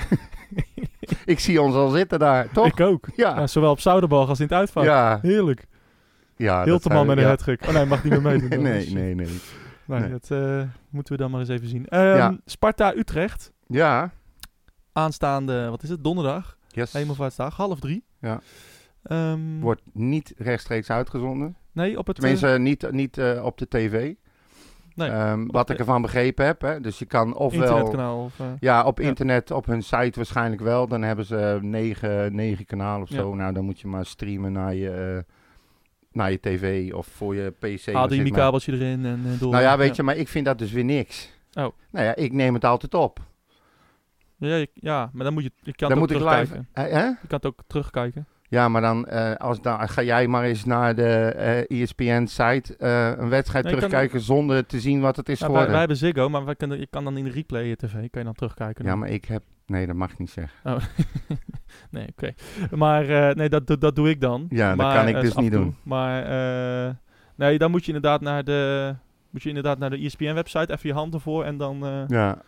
Ik zie ons al zitten daar, toch? Ik ook. Ja, zowel op Zouderbalg als in het uitvak. Ja. Heerlijk. Ja, Hilterman met een hattrick. Oh nee, mag niet meer meedoen. Nee. Nee. Dat moeten we dan maar eens even zien. Sparta Utrecht. Ja. Aanstaande, wat is het? Donderdag. Yes. Hemelvaartsdag, 2:30. Ja. Wordt niet rechtstreeks uitgezonden. Nee, op het... Tenminste, niet op de tv. Nee. Wat ik ervan begrepen heb. Hè. Dus je kan ofwel... Internetkanaal. Op internet, op hun site waarschijnlijk wel. Dan hebben ze 9 kanalen of zo. Nou, dan moet je maar streamen naar je tv of voor je pc. HDMI-kabeltje erin en door. Nou ja, weet je, maar ik vind dat dus weer niks. Oh. Nou ja, ik neem het altijd op. Ja, maar dan moet je kan het ook terugkijken. Je kan het ook terugkijken. Ja, maar dan ga jij maar eens naar de ESPN-site een wedstrijd terugkijken zonder te zien wat het is geworden. Wij hebben Ziggo, maar je kan dan in de replay tv kan je dan terugkijken. Ja, maar ik heb... Nee, dat mag ik niet zeggen. Oh. Nee, oké. Maar dat doe ik dan. Ja, dat kan ik dus niet doen. Maar dan moet je inderdaad naar de ESPN-website, even je hand ervoor en dan...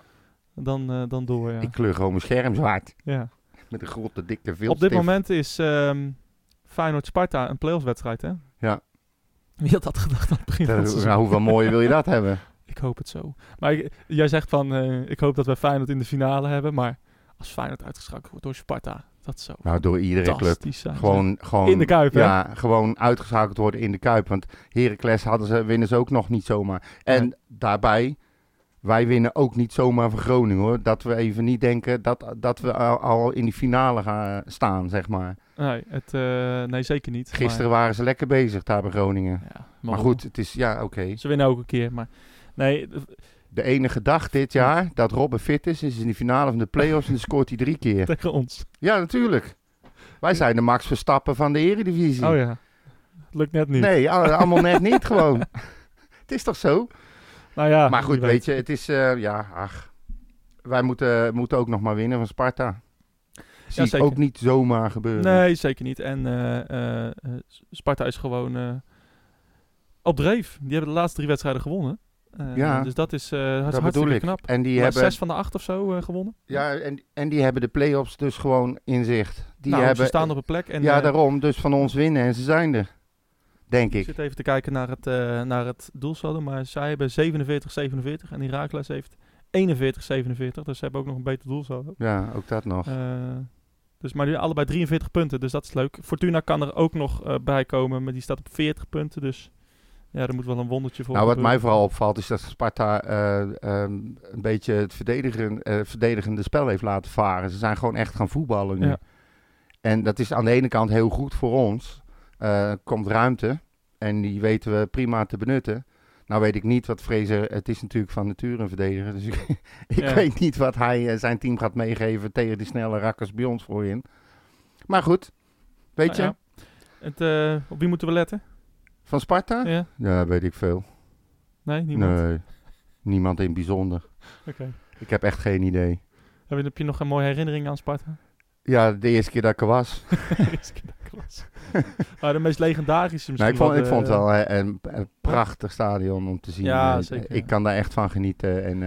Dan door, ja. Ik kleur gewoon mijn scherm zwart. Ja. Met een grote, dikke viltstift. Op dit moment is Feyenoord-Sparta een playoffswedstrijd, hè? Ja. Wie had dat gedacht aan het begin van het seizoen? Nou, hoeveel mooie wil je dat hebben? Ik hoop het zo. Maar jij zegt van, ik hoop dat we Feyenoord in de finale hebben. Maar als Feyenoord uitgeschakeld wordt door Sparta, dat zou nou, door iedere club. Zijn. Gewoon in de Kuip, hè? Ja, gewoon uitgeschakeld worden in de Kuip. Want Heracles winnen ze ook nog niet zomaar. En daarbij, wij winnen ook niet zomaar van Groningen, hoor. Dat we even niet denken dat we al in die finale gaan staan, zeg maar. Nee, zeker niet. Gisteren waren ze lekker bezig daar bij Groningen. Ja, maar goed, het is, oké. Ze winnen ook een keer, maar nee. De enige dag dit jaar dat Robben fit is in de finale van de play-offs en dan scoort hij 3 keer. Tegen ons. Ja, natuurlijk. Wij zijn de Max Verstappen van de Eredivisie. Oh ja. Lukt net niet. Nee, allemaal net niet gewoon. Het is toch zo? Nou ja. Maar goed, weet je, het is, wij moeten ook nog maar winnen van Sparta. Zie ik ook niet zomaar gebeuren. Nee, zeker niet. En Sparta is gewoon op dreef. Die hebben de laatste 3 wedstrijden gewonnen. Dus dat is hartstikke knap. En die hebben 6 van de 8 of zo gewonnen. Ja, en die hebben de play-offs dus gewoon in zicht. Ze staan op een plek. En, daarom. Dus van ons winnen en ze zijn er. Denk ik. Ik zit even te kijken naar het doelsaldo. Maar zij hebben 47-47 en Heracles heeft 41-47. Dus ze hebben ook nog een beter doelsaldo. Ja, ook dat nog. Dus maar die allebei 43 punten. Dus dat is leuk. Fortuna kan er ook nog bij komen. Maar die staat op 40 punten. Dus ja, er moet wel een wondertje voor. Nou, wat mij vooral opvalt is dat Sparta een beetje het verdedigende spel heeft laten varen. Ze zijn gewoon echt gaan voetballen nu. Ja. En dat is aan de ene kant heel goed voor ons. Komt ruimte en die weten we prima te benutten. Nou weet ik niet wat Fraser, het is natuurlijk van nature een verdediger. Dus ik weet niet wat hij zijn team gaat meegeven tegen die snelle rakkers bij ons voorin. Maar goed, weet je. Ja. Op wie moeten we letten? Van Sparta? Ja. Ja, weet ik veel. Nee, niemand? Nee, niemand in het bijzonder. Okay. Ik heb echt geen idee. Heb je nog een mooie herinnering aan Sparta? Ja, de eerste keer dat ik er was. De meest legendarische misschien. Nou, ik vond het wel een prachtig stadion om te zien. Ja, zeker. Ik kan daar echt van genieten. En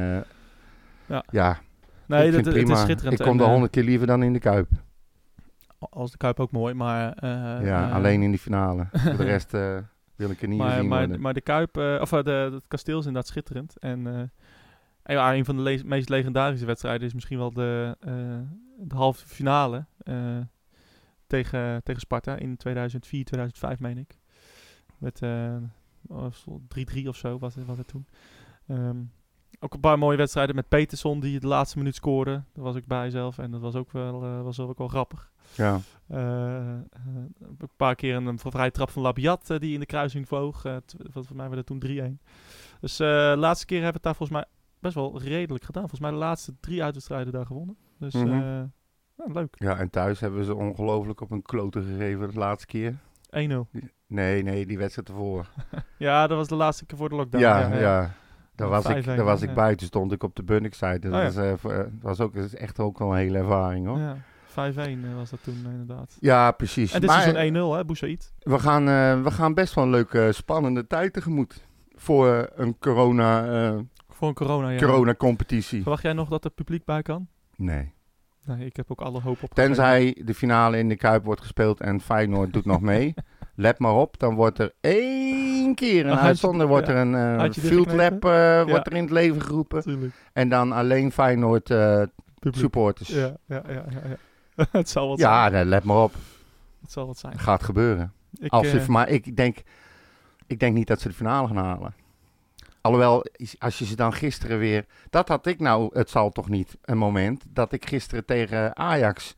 nee, ik vind het prima. Het is schitterend. Ik kom er 100 keer liever dan in de Kuip. Als de Kuip ook mooi, maar... alleen in die finale. Voor de rest wil ik er niet gezien worden. Maar de Kuip, het kasteel is inderdaad schitterend. En een van de meest legendarische wedstrijden is misschien wel de halve finale tegen Sparta in 2004, 2005 meen ik. Met 3-3 of zo was het toen. Ook een paar mooie wedstrijden met Peterson die de laatste minuut scoorde. Daar was ik bij zelf en dat was ook wel grappig. Ja. Een paar keer een vrije trap van Labiat die in de kruising vloog. Voor mij werd het toen 3-1. Dus de laatste keer hebben we het daar volgens mij best wel redelijk gedaan. Volgens mij de laatste 3 uitwedstrijden daar gewonnen. Dus leuk. Ja, en thuis hebben ze ongelooflijk op een klote gegeven de laatste keer. 1-0. Nee, die wedstrijd ervoor. Ja, dat was de laatste keer voor de lockdown. Ja. Daar was ik bij. Toen stond ik op de Bunnik-site. Dat was echt ook wel een hele ervaring, hoor. Ja. 5-1 was dat toen inderdaad. Ja, precies. En dit is zo'n 1-0, hè, Boussaïd? We gaan best wel een leuke, spannende tijd tegemoet. Voor een corona-competitie. Verwacht jij nog dat er publiek bij kan? Nee, ik heb ook alle hoop op. Tenzij de finale in de Kuip wordt gespeeld en Feyenoord doet nog mee. Let maar op, dan wordt er 1 keer een uitzondering. Wordt er een field lab wordt er in het leven geroepen. Tuurlijk. En dan alleen Feyenoord supporters. Ja. Het zal wat zijn. Ja, let maar op. Het zal wat zijn. Gaat gebeuren. Maar ik denk niet dat ze de finale gaan halen. Alhoewel, als je ze dan gisteren weer... Dat had ik nou, het zal toch niet een moment... dat ik gisteren tegen Ajax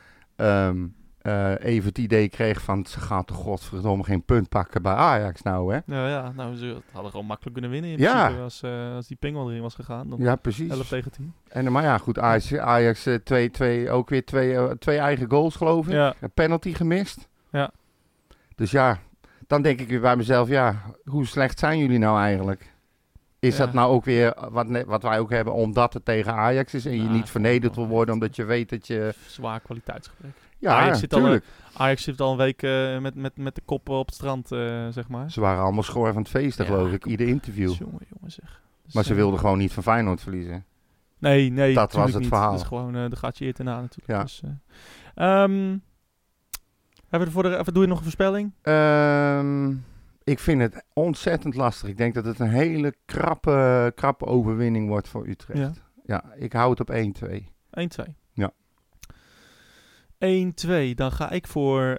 even het idee kreeg van... ze gaan toch godverdomme geen punt pakken bij Ajax nou, hè? Nou, ze hadden gewoon makkelijk kunnen winnen in principe als die pingel erin was gegaan. Dan ja, precies. 11-10. Maar ja, goed, Ajax 2 ook weer 2 eigen goals, geloof ik. Ja. Een penalty gemist. Ja. Dus ja, dan denk ik weer bij mezelf... ja, hoe slecht zijn jullie nou eigenlijk? Is dat nou ook weer wat wij ook hebben, omdat het tegen Ajax is en je niet vernederd wil worden, omdat je weet dat je... Zwaar kwaliteitsgebrek. Ja, Ajax zit al een week met de kop op het strand, zeg maar. Ze waren allemaal schor van het feest, geloof ik, ieder interview. Jongen zeg. Dus, maar ze wilden gewoon niet van Feyenoord verliezen. Nee. Dat was het verhaal. Dat is gewoon, de gaat je eer ten na natuurlijk. Ja. Dus, doe je nog een voorspelling? Ik vind het ontzettend lastig. Ik denk dat het een hele krappe overwinning wordt voor Utrecht. Ja, ik hou het op 1-2. 1-2. Ja. 1-2. Dan ga ik voor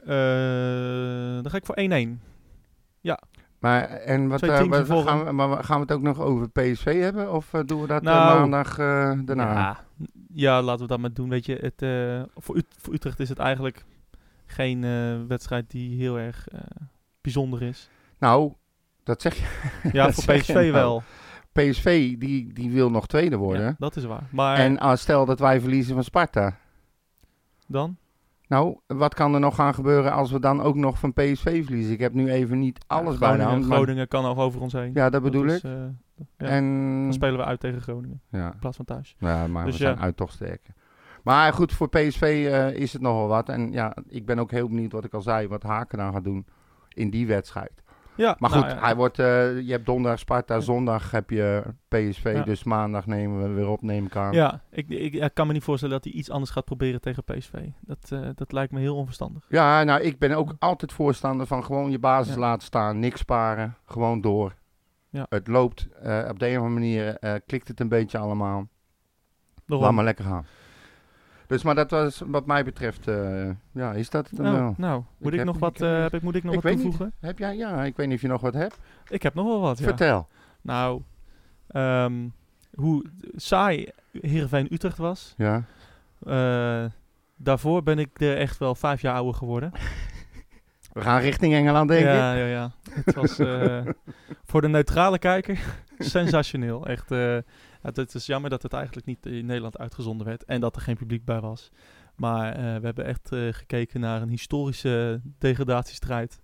1-1. Ja. Maar, en wat, gaan we het ook nog over PSV hebben? Of doen we dat maandag daarna? Ja, laten we dat maar doen. Weet je, voor Utrecht is het eigenlijk geen wedstrijd die heel erg bijzonder is. Nou, dat zeg je. Ja, voor PSV wel. PSV die wil nog tweede worden. Ja, dat is waar. Maar en stel dat wij verliezen van Sparta. Dan? Nou, wat kan er nog gaan gebeuren als we dan ook nog van PSV verliezen? Ik heb nu even niet alles bij de hand. Groningen kan nog over ons heen. Ja, dat bedoel ik. En dan spelen we uit tegen Groningen. Ja. In plaats van thuis. Ja, maar we zijn uit toch sterker. Maar goed, voor PSV is het nogal wat. En ja, ik ben ook heel benieuwd wat ik al zei, wat Haken dan gaat doen in die wedstrijd. Ja, maar goed, hij wordt, je hebt donderdag Sparta, zondag heb je PSV, dus maandag nemen we weer op, neem ik aan. Ja, ik kan me niet voorstellen dat hij iets anders gaat proberen tegen PSV. Dat lijkt me heel onverstandig. Ja, nou, ik ben ook altijd voorstander van gewoon je basis laten staan, niks sparen, gewoon door. Ja. Het loopt, op de een of andere manier klikt het een beetje allemaal. Laat maar lekker gaan. Dus, maar dat was wat mij betreft, is dat het dan wel. Nou, moet ik nog wat toevoegen? Heb jij? Ja, ik weet niet of je nog wat hebt. Ik heb nog wel wat, ja. Vertel. Nou, hoe saai Heerenveen Utrecht was. Ja. Daarvoor ben ik er echt wel 5 jaar ouder geworden. We gaan richting Engeland, denk ik. Ja. Het was voor de neutrale kijker sensationeel. Echt, het is jammer dat het eigenlijk niet in Nederland uitgezonden werd en dat er geen publiek bij was. Maar we hebben echt gekeken naar een historische degradatiestrijd.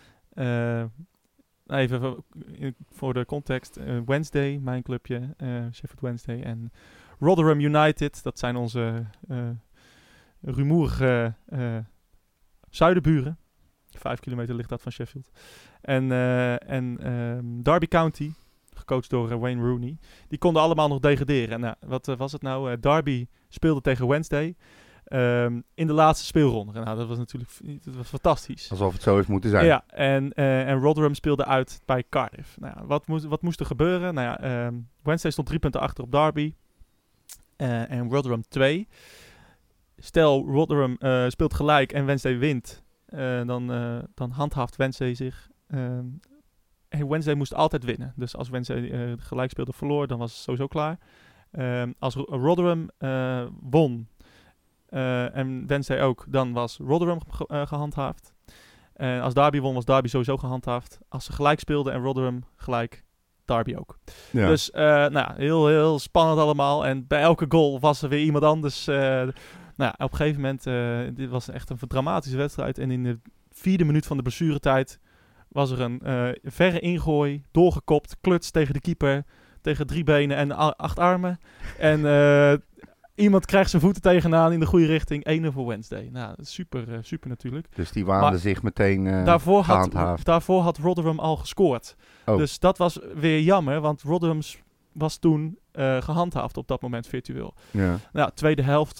Even voor de context. Wednesday, mijn clubje, Sheffield Wednesday en Rotherham United. Dat zijn onze rumoerige zuidenburen. 5 kilometer ligt dat van Sheffield. En Derby County, gecoacht door Wayne Rooney, die konden allemaal nog degraderen. Nou, wat was het nou? Derby speelde tegen Wednesday in de laatste speelronde. Nou, dat was natuurlijk fantastisch. Alsof het zo heeft moeten zijn. Ja, en Rotherham speelde uit bij Cardiff. Nou ja, wat moest er gebeuren? Nou ja, Wednesday stond 3 punten achter op Derby en Rotherham 2. Stel, Rotherham speelt gelijk en Wednesday wint. Dan handhaaft Wednesday zich. Wednesday moest altijd winnen. Dus als Wednesday gelijk speelde of verloor, dan was het sowieso klaar. Als Rotherham won en Wednesday ook, dan was Rotherham gehandhaafd. En als Derby won, was Derby sowieso gehandhaafd. Als ze gelijk speelden en Rotherham gelijk, Derby ook. Ja. Dus heel, heel spannend allemaal. En bij elke goal was er weer iemand anders. Op een gegeven moment, dit was echt een dramatische wedstrijd. En in de 4e minuut van de blessuretijd was er een verre ingooi, doorgekopt, kluts tegen de keeper, tegen 3 benen en 8 armen. En iemand krijgt zijn voeten tegenaan in de goede richting. 1-0 voor Wednesday. Nou, super natuurlijk. Dus die waande zich meteen daarvoor had Rotherham al gescoord. Oh. Dus dat was weer jammer, want Rotherham was toen gehandhaafd op dat moment virtueel. Ja. Nou, tweede helft.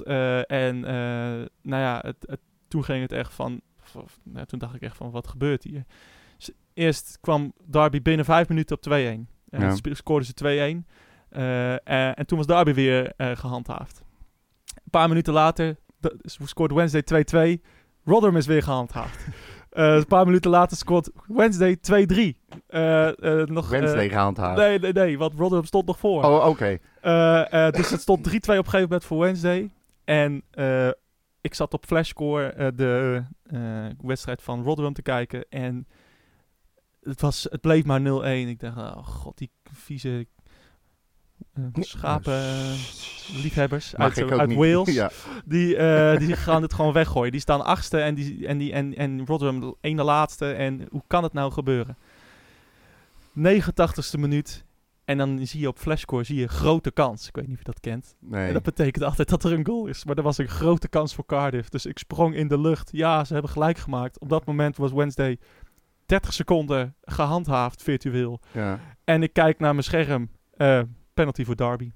Toen ging het echt toen dacht ik echt van, wat gebeurt hier? Eerst kwam Derby binnen 5 minuten op 2-1. Scoorden ze 2-1. En toen was Derby weer gehandhaafd. Een paar minuten later scoorde Wednesday 2-2. Rotherham is weer gehandhaafd. Een paar minuten later scoort Wednesday 2-3. Wednesday gehandhaafd? Nee, want Rotherham stond nog voor. Oh, oké. Dus het stond 3-2 op een gegeven moment voor Wednesday. En ik zat op Flashscore de wedstrijd van Rotherham te kijken. En het bleef maar 0-1. Ik dacht, oh god, die vieze schapenliefhebbers uit Wales. Ja. Die gaan het gewoon weggooien. Die staan 8e en Rotherham 1e laatste. En hoe kan het nou gebeuren? 89ste minuut. En dan zie je op Flashscore grote kans. Ik weet niet of je dat kent. Nee. En dat betekent altijd dat er een goal is. Maar er was een grote kans voor Cardiff. Dus ik sprong in de lucht. Ja, ze hebben gelijk gemaakt. Op dat moment was Wednesday 30 seconden gehandhaafd virtueel. Ja. En ik kijk naar mijn scherm. Penalty voor Derby.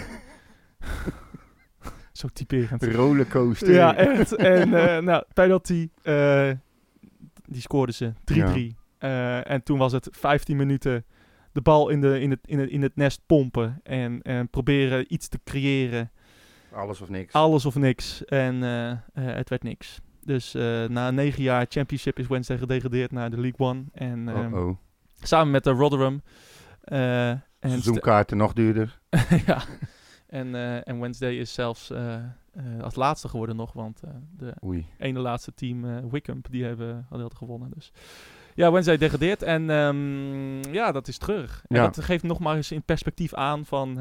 Zo typerend. Rollercoaster. Ja, echt. En penalty. Die scoorden ze. 3-3. En toen was het 15 minuten de bal in het nest pompen. En proberen iets te creëren. Alles of niks. En het werd niks. Dus na 9 jaar Championship is Wednesday gedegradeerd naar de League One. En samen met de Rotherham. Seizoenkaarten nog duurder. Ja. En Wednesday is zelfs als laatste geworden nog. Want de ene laatste team, Wickham, die hadden gewonnen. Dus ja, Wednesday degradeert. En dat is treurig. En dat geeft nog maar eens in perspectief aan van...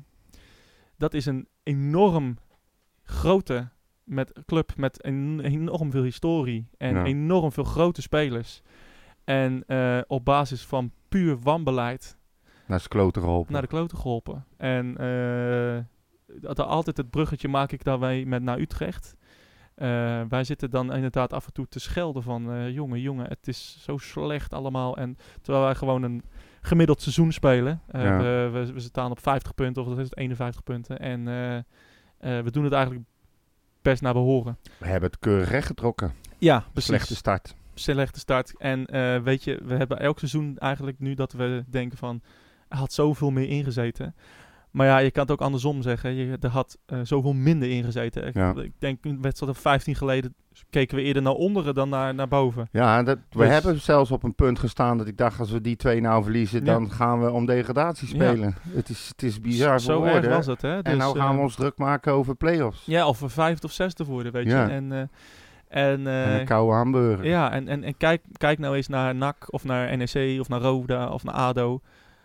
dat is een enorm grote club met enorm veel historie. En enorm veel grote spelers. En op basis van puur wanbeleid... Naar de kloten geholpen. En altijd het bruggetje maak ik daarbij naar Utrecht. Wij zitten dan inderdaad af en toe te schelden van... jongen, het is zo slecht allemaal. En terwijl wij gewoon een gemiddeld seizoen spelen. We staan op 50 punten of dat is het 51 punten. En we doen het eigenlijk best naar behoren. We hebben het keurig rechtgetrokken. Ja, precies. Slechte start. En weet je, we hebben elk seizoen eigenlijk nu dat we denken van... Er had zoveel meer ingezeten. Maar ja, je kan het ook andersom zeggen. Er had zoveel minder ingezeten. Ik denk een wedstrijd of 15 geleden keken we eerder naar onderen dan naar boven. Ja, we hebben zelfs op een punt gestaan dat ik dacht... als we die 2 nou verliezen, dan gaan we om degradatie spelen. Ja. Het is bizar zo voor woorden. Erg was het, hè? Dus, en nou gaan we ons druk maken over play-offs. Ja, of we 5e of 6e worden, weet je. En een koude hamburger. Ja, en kijk nou eens naar NAC of naar NEC of naar Roda of naar ADO...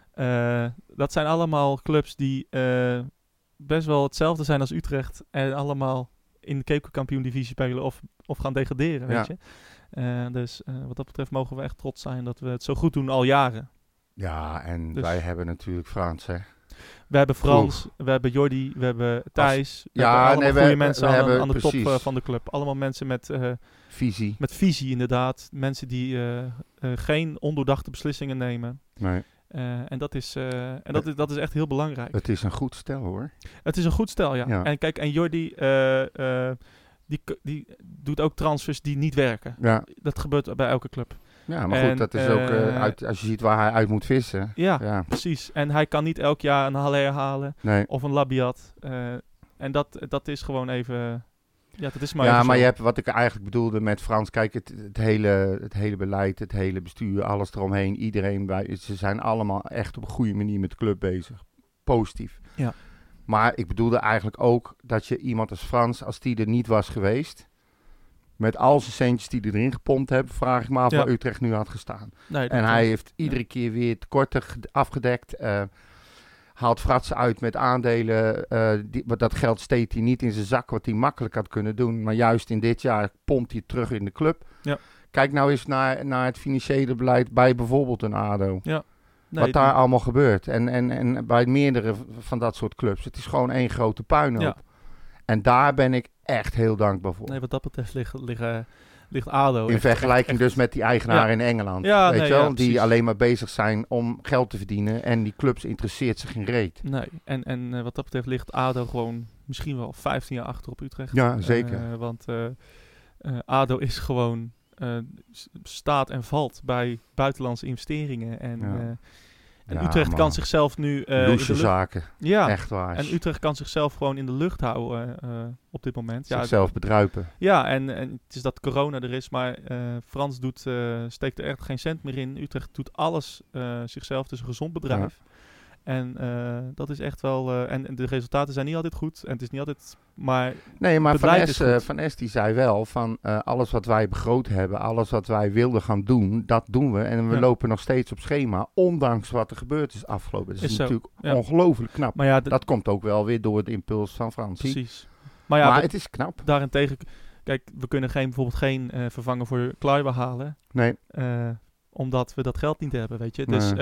dat zijn allemaal clubs die best wel hetzelfde zijn als Utrecht. En allemaal in de keukenkampioen-divisie spelen of gaan degraderen, weet je. Dus wat dat betreft mogen we echt trots zijn dat we het zo goed doen al jaren. Ja, en wij hebben natuurlijk Frans, hè. We hebben Frans, we hebben Jordi, we hebben Thijs. We hebben goede mensen aan de top van de club. Allemaal mensen met visie. Met visie, inderdaad. Mensen die geen ondoordachte beslissingen nemen. Nee. En dat is echt heel belangrijk. Het is een goed stel, hoor. Het is een goed stel, ja. En kijk, en Jordi die doet ook transfers die niet werken. Ja. Dat gebeurt bij elke club. Ja, maar goed, dat is ook als je ziet waar hij uit moet vissen. Ja, precies. En hij kan niet elk jaar een Haller halen of een Labiat. En dat is gewoon even... Ja, dat is maar je hebt wat ik eigenlijk bedoelde met Frans. Kijk, het hele beleid, het hele bestuur, alles eromheen. Iedereen, ze zijn allemaal echt op een goede manier met de club bezig. Positief. Ja. Maar ik bedoelde eigenlijk ook dat je iemand als Frans, als die er niet was geweest... met al zijn centjes die hij erin gepompt hebben, vraag ik me af waar Utrecht nu had gestaan. Nee, en hij heeft iedere keer weer tekorten afgedekt... haalt fratsen uit met aandelen. Dat geld steekt hij niet in zijn zak, wat hij makkelijk had kunnen doen. Maar juist in dit jaar pompt hij het terug in de club. Ja. Kijk nou eens naar het financiële beleid bij bijvoorbeeld een ADO. Ja. Nee, wat daar allemaal gebeurt. En bij meerdere van dat soort clubs. Het is gewoon één grote puinhoop. Ja. En daar ben ik echt heel dankbaar voor. Nee, wat dat betreft ligt ADO... In vergelijking dus met die eigenaren in Engeland. Ja, weet je wel? Die alleen maar bezig zijn om geld te verdienen. En die clubs interesseert zich geen reet. Nee, en wat dat betreft ligt ADO gewoon misschien wel 15 jaar achter op Utrecht. Ja, zeker. Want ADO is gewoon... staat en valt bij buitenlandse investeringen. En Utrecht kan zichzelf nu... loesje zaken. Ja, echt waar. En Utrecht kan zichzelf gewoon in de lucht houden op dit moment. Zichzelf bedruipen. Ja, en het is dat corona er is, maar Frans steekt er echt geen cent meer in. Utrecht doet alles zichzelf, het is een gezond bedrijf. Ja. En dat is echt wel... en de resultaten zijn niet altijd goed. En het is niet altijd... Maar nee, maar Van S die zei wel van... alles wat wij begroot hebben, alles wat wij wilden gaan doen, dat doen we. En we lopen nog steeds op schema, ondanks wat er gebeurd is afgelopen. Dat is natuurlijk ongelooflijk knap. Maar ja, dat komt ook wel weer door het impuls van Frans. Precies. Maar het is knap. Daarentegen... Kijk, we kunnen bijvoorbeeld geen vervanger voor Kluivert halen. Nee. Omdat we dat geld niet hebben, weet je. Dus...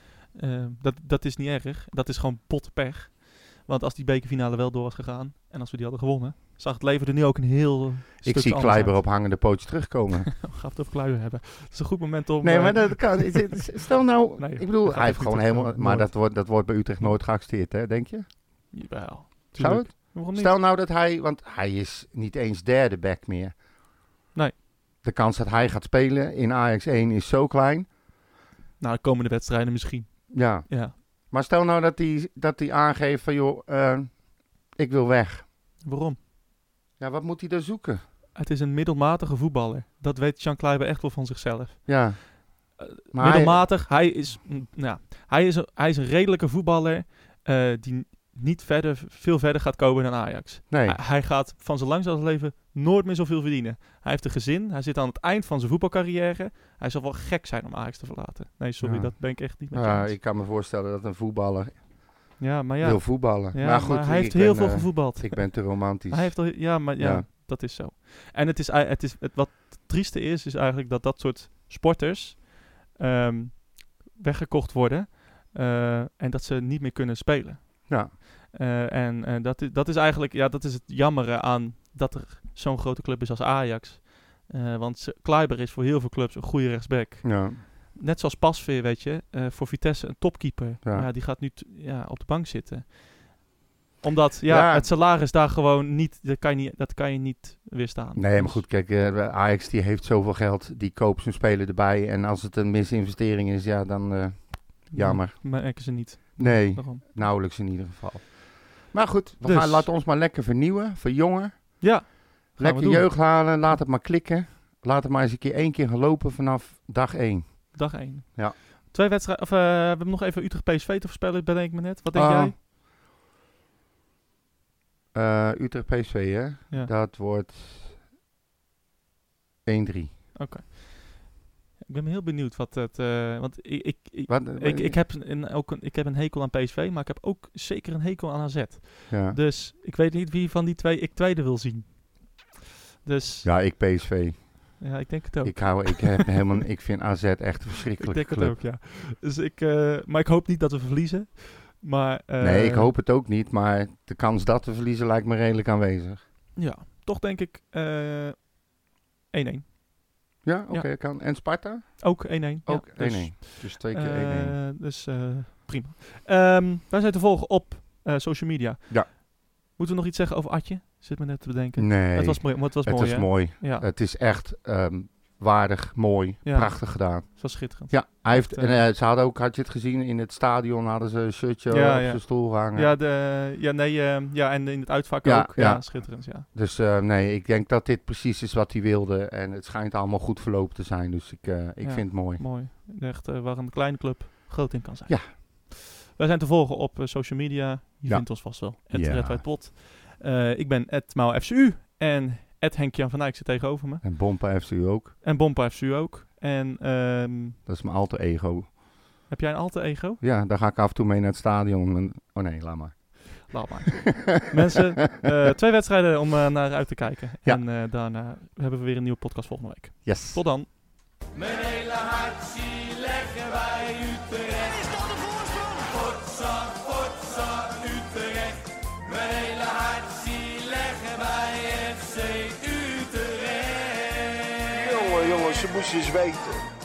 dat is niet erg. Dat is gewoon potpech. Want als die bekerfinale wel door was gegaan... en als we die hadden gewonnen... zag het leven er nu ook een heel stuk. Ik zie Kluivert op hangende pootjes terugkomen. Ga het over Kluivert hebben. Het is een goed moment om... Nee, maar dat kan... Stel nou... Nee, ik bedoel, hij heeft gewoon helemaal... Maar dat wordt bij Utrecht nooit geaccepteerd, hè? Denk je? Jawel. Zou het? Stel nou dat hij... Want hij is niet eens derde back meer. Nee. De kans dat hij gaat spelen in Ajax 1 is zo klein... de komende wedstrijden misschien. Ja. Maar stel nou dat hij aangeeft van joh, ik wil weg. Waarom? Ja, wat moet hij daar zoeken? Het is een middelmatige voetballer. Dat weet Jean Kleiber echt wel van zichzelf. Ja. Maar middelmatig. Hij is een redelijke voetballer die niet veel verder gaat komen dan Ajax. Nee. Hij gaat van zijn langzaam leven nooit meer zoveel verdienen. Hij heeft een gezin. Hij zit aan het eind van zijn voetbalcarrière. Hij zal wel gek zijn om Ajax te verlaten. Nee, sorry, dat ben ik echt niet met je eens. Ik kan me voorstellen dat een voetballer wil voetballen. Ja, maar goed, hij heeft heel veel gevoetbald. Ik ben te romantisch. Hij heeft dat is zo. En wat het trieste is eigenlijk dat soort sporters weggekocht worden en dat ze niet meer kunnen spelen. Ja. Dat is eigenlijk, dat is het jammere aan dat er zo'n grote club is als Ajax. Want Kleiber is voor heel veel clubs een goede rechtsback. Ja. Net zoals Pasveer, weet je, voor Vitesse een topkeeper. Ja. Die gaat nu op de bank zitten. Omdat het salaris daar gewoon niet, dat kan je niet weerstaan. Nee, maar goed, kijk, Ajax die heeft zoveel geld, die koopt zijn speler erbij. En als het een misinvestering is, dan jammer. Maar merken ze niet. Nee, nauwelijks in ieder geval. Maar goed, laten ons maar lekker vernieuwen, verjongen. Ja. Lekker jeugd halen, laat het maar klikken. Laat het maar eens één keer gaan lopen vanaf dag 1. Dag 1. Ja. 2 wedstrijden, we hebben nog even Utrecht PSV te voorspellen, bedenk ik me net. Wat denk jij? Utrecht PSV, hè? Ja. Dat wordt 1-3. Oké. Ik ben heel benieuwd wat het... want ik heb een hekel aan PSV, maar ik heb ook zeker een hekel aan AZ. Ja. Dus ik weet niet wie van die twee ik tweede wil zien. Dus... Ja, ik PSV. Ja, ik denk het ook. Ik vind AZ echt een verschrikkelijke club. Ik denk het ook, ja. Dus maar ik hoop niet dat we verliezen. Maar, nee, ik hoop het ook niet, maar de kans dat we verliezen lijkt me redelijk aanwezig. Ja, toch denk ik 1-1. Ja, oké, kan. En Sparta? Ook 1-1. Ook 1-1. Dus 2 keer 1-1. Dus prima. Wij zijn te volgen op social media. Ja. Moeten we nog iets zeggen over Atje? Zit me net te bedenken. Nee. Het was mooi. Ja. Het is echt waardig, mooi, prachtig gedaan. Het was schitterend. Ja, hij heeft, ze hadden ook, had je het gezien, in het stadion hadden ze een shirtje op zijn stoel gehangen. En in het uitvak ook. Ja, schitterend, ja. Dus ik denk dat dit precies is wat hij wilde. En het schijnt allemaal goed verlopen te zijn. Dus ik vind het mooi. Mooi. Echt waar een kleine club groot in kan zijn. Ja. Wij zijn te volgen op social media. Je vindt ons vast wel. @redwhitepot. Ik ben @mauFCU en @Henk-Jan van Eyck zit tegenover me. En Bompa FCU ook. En dat is mijn alter ego. Heb jij een alter ego? Ja, daar ga ik af en toe mee naar het stadion. Oh nee, laat maar. Laat maar. Mensen, 2 wedstrijden om naar uit te kijken. Ja. En daarna hebben we weer een nieuwe podcast volgende week. Yes. Tot dan. Mijn hele hart leggen wij Utrecht. Is dat de voorsprong? Potsa, Utrecht. Mijn hele hart leggen wij FC Utrecht. Jongens, ze moesten eens weten.